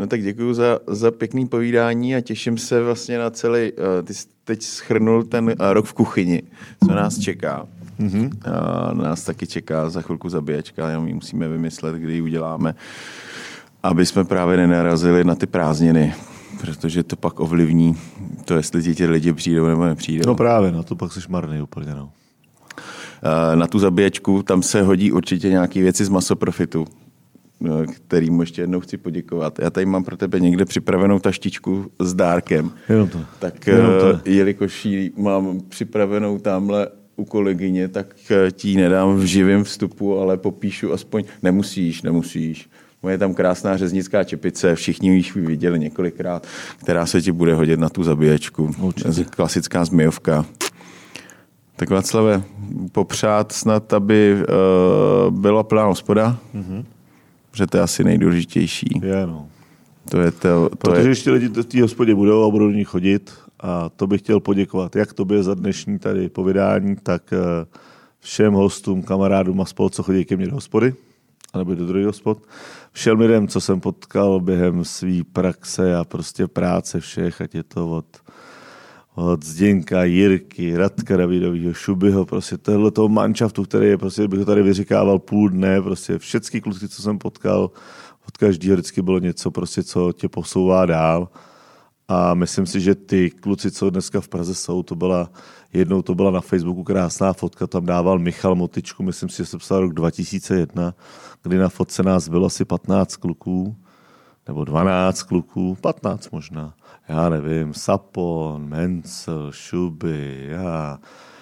No tak děkuju za pěkný povídání a těším se vlastně na celý, ty jsi teď shrnul ten rok v kuchyni, co nás čeká. Mm-hmm. Nás taky čeká za chvilku zabíjačka, jenom my musíme vymyslet, kdy ji uděláme, aby jsme právě nenarazili na ty prázdniny, protože to pak ovlivní to, jestli ti lidi přijdou nebo nepřijdou. No právě, no to pak jsi marný úplně, no. Na tu zabíjačku tam se hodí určitě nějaké věci z Masoprofitu, kterým ještě jednou chci poděkovat. Já tady mám pro tebe někde připravenou taštičku s dárkem. Jenom to. Tak jelikož ji mám připravenou tamhle u kolegyně, tak ti ji nedám v živém vstupu, ale popíšu aspoň. Nemusíš. Je tam krásná řeznická čepice, všichni ji viděli několikrát, která se ti bude hodit na tu zabíječku. Určitě. Klasická zmijovka. Tak Václave, popřát snad, aby byla plná hospoda, protože to je asi nejdůležitější. Je, no. Protože ještě lidi v té hospodě budou a budou do ní chodit a to bych chtěl poděkovat jak tobě za dnešní tady povídání, tak všem hostům, kamarádům a spolu, co chodí ke mně do hospody, anebo do druhých hospod. Všem lidem, co jsem potkal během své praxe a prostě práce všech, ať je to od Zděnka, Jirky, Radka Davidovýho, Šubyho, prostě tohletoho manšaftu, který je, prostě bych ho tady vyříkával půl dne, prostě všechny kluci, co jsem potkal, od každého vždycky bylo něco, prostě, co tě posouvá dál. A myslím si, že ty kluci, co dneska v Praze jsou, jednou to byla na Facebooku krásná fotka, tam dával Michal Motičku, myslím si, že se psal rok 2001, kdy na fotce nás bylo asi 15 kluků, nebo 12 kluků, 15 možná. Já nevím, Sapon, Mencel, Šuby, já,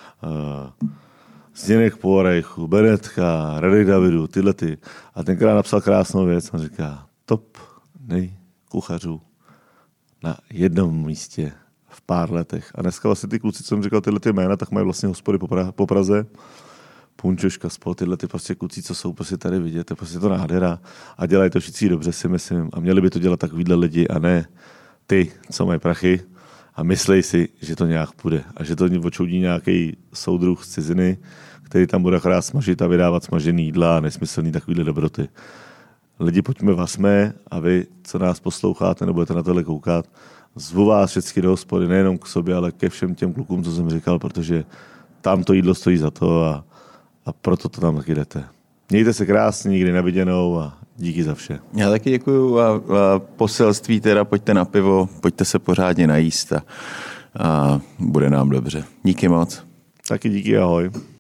Zděněk Porejchu, Benetka, Radek Davidu, tyhle ty. A tenkrát napsal krásnou věc, on říká, top kuchařů na jednom místě v pár letech. A dneska vlastně ty kluci, co jsem říkal tyhle ty jména, tak mají vlastně hospody po Praze. Punčoška, spolu tyhle ty prostě kluci, co jsou prostě tady vidět, to je prostě to nádhera. A dělají to všichni dobře, si myslím. A měli by to dělat takovýhle lidi a ne ty, co mají prachy a myslej si, že to nějak půjde. A že to očoudí nějaký soudruh z ciziny, který tam bude akorát smažit a vydávat smažený jídla a nesmyslný takovýhle dobroty. Lidi, pojďme vasme a vy, co nás posloucháte nebo budete na tohle koukat, zvu vás všichni do hospody, nejenom k sobě, ale ke všem těm klukům, co jsem říkal, protože tam to jídlo stojí za to a proto to tam taky jdete. Mějte se krásně, nikdy naviděnou a díky za vše. Já taky děkuju a poselství teda pojďte na pivo, pojďte se pořádně najíst a bude nám dobře. Díky moc. Taky díky, ahoj.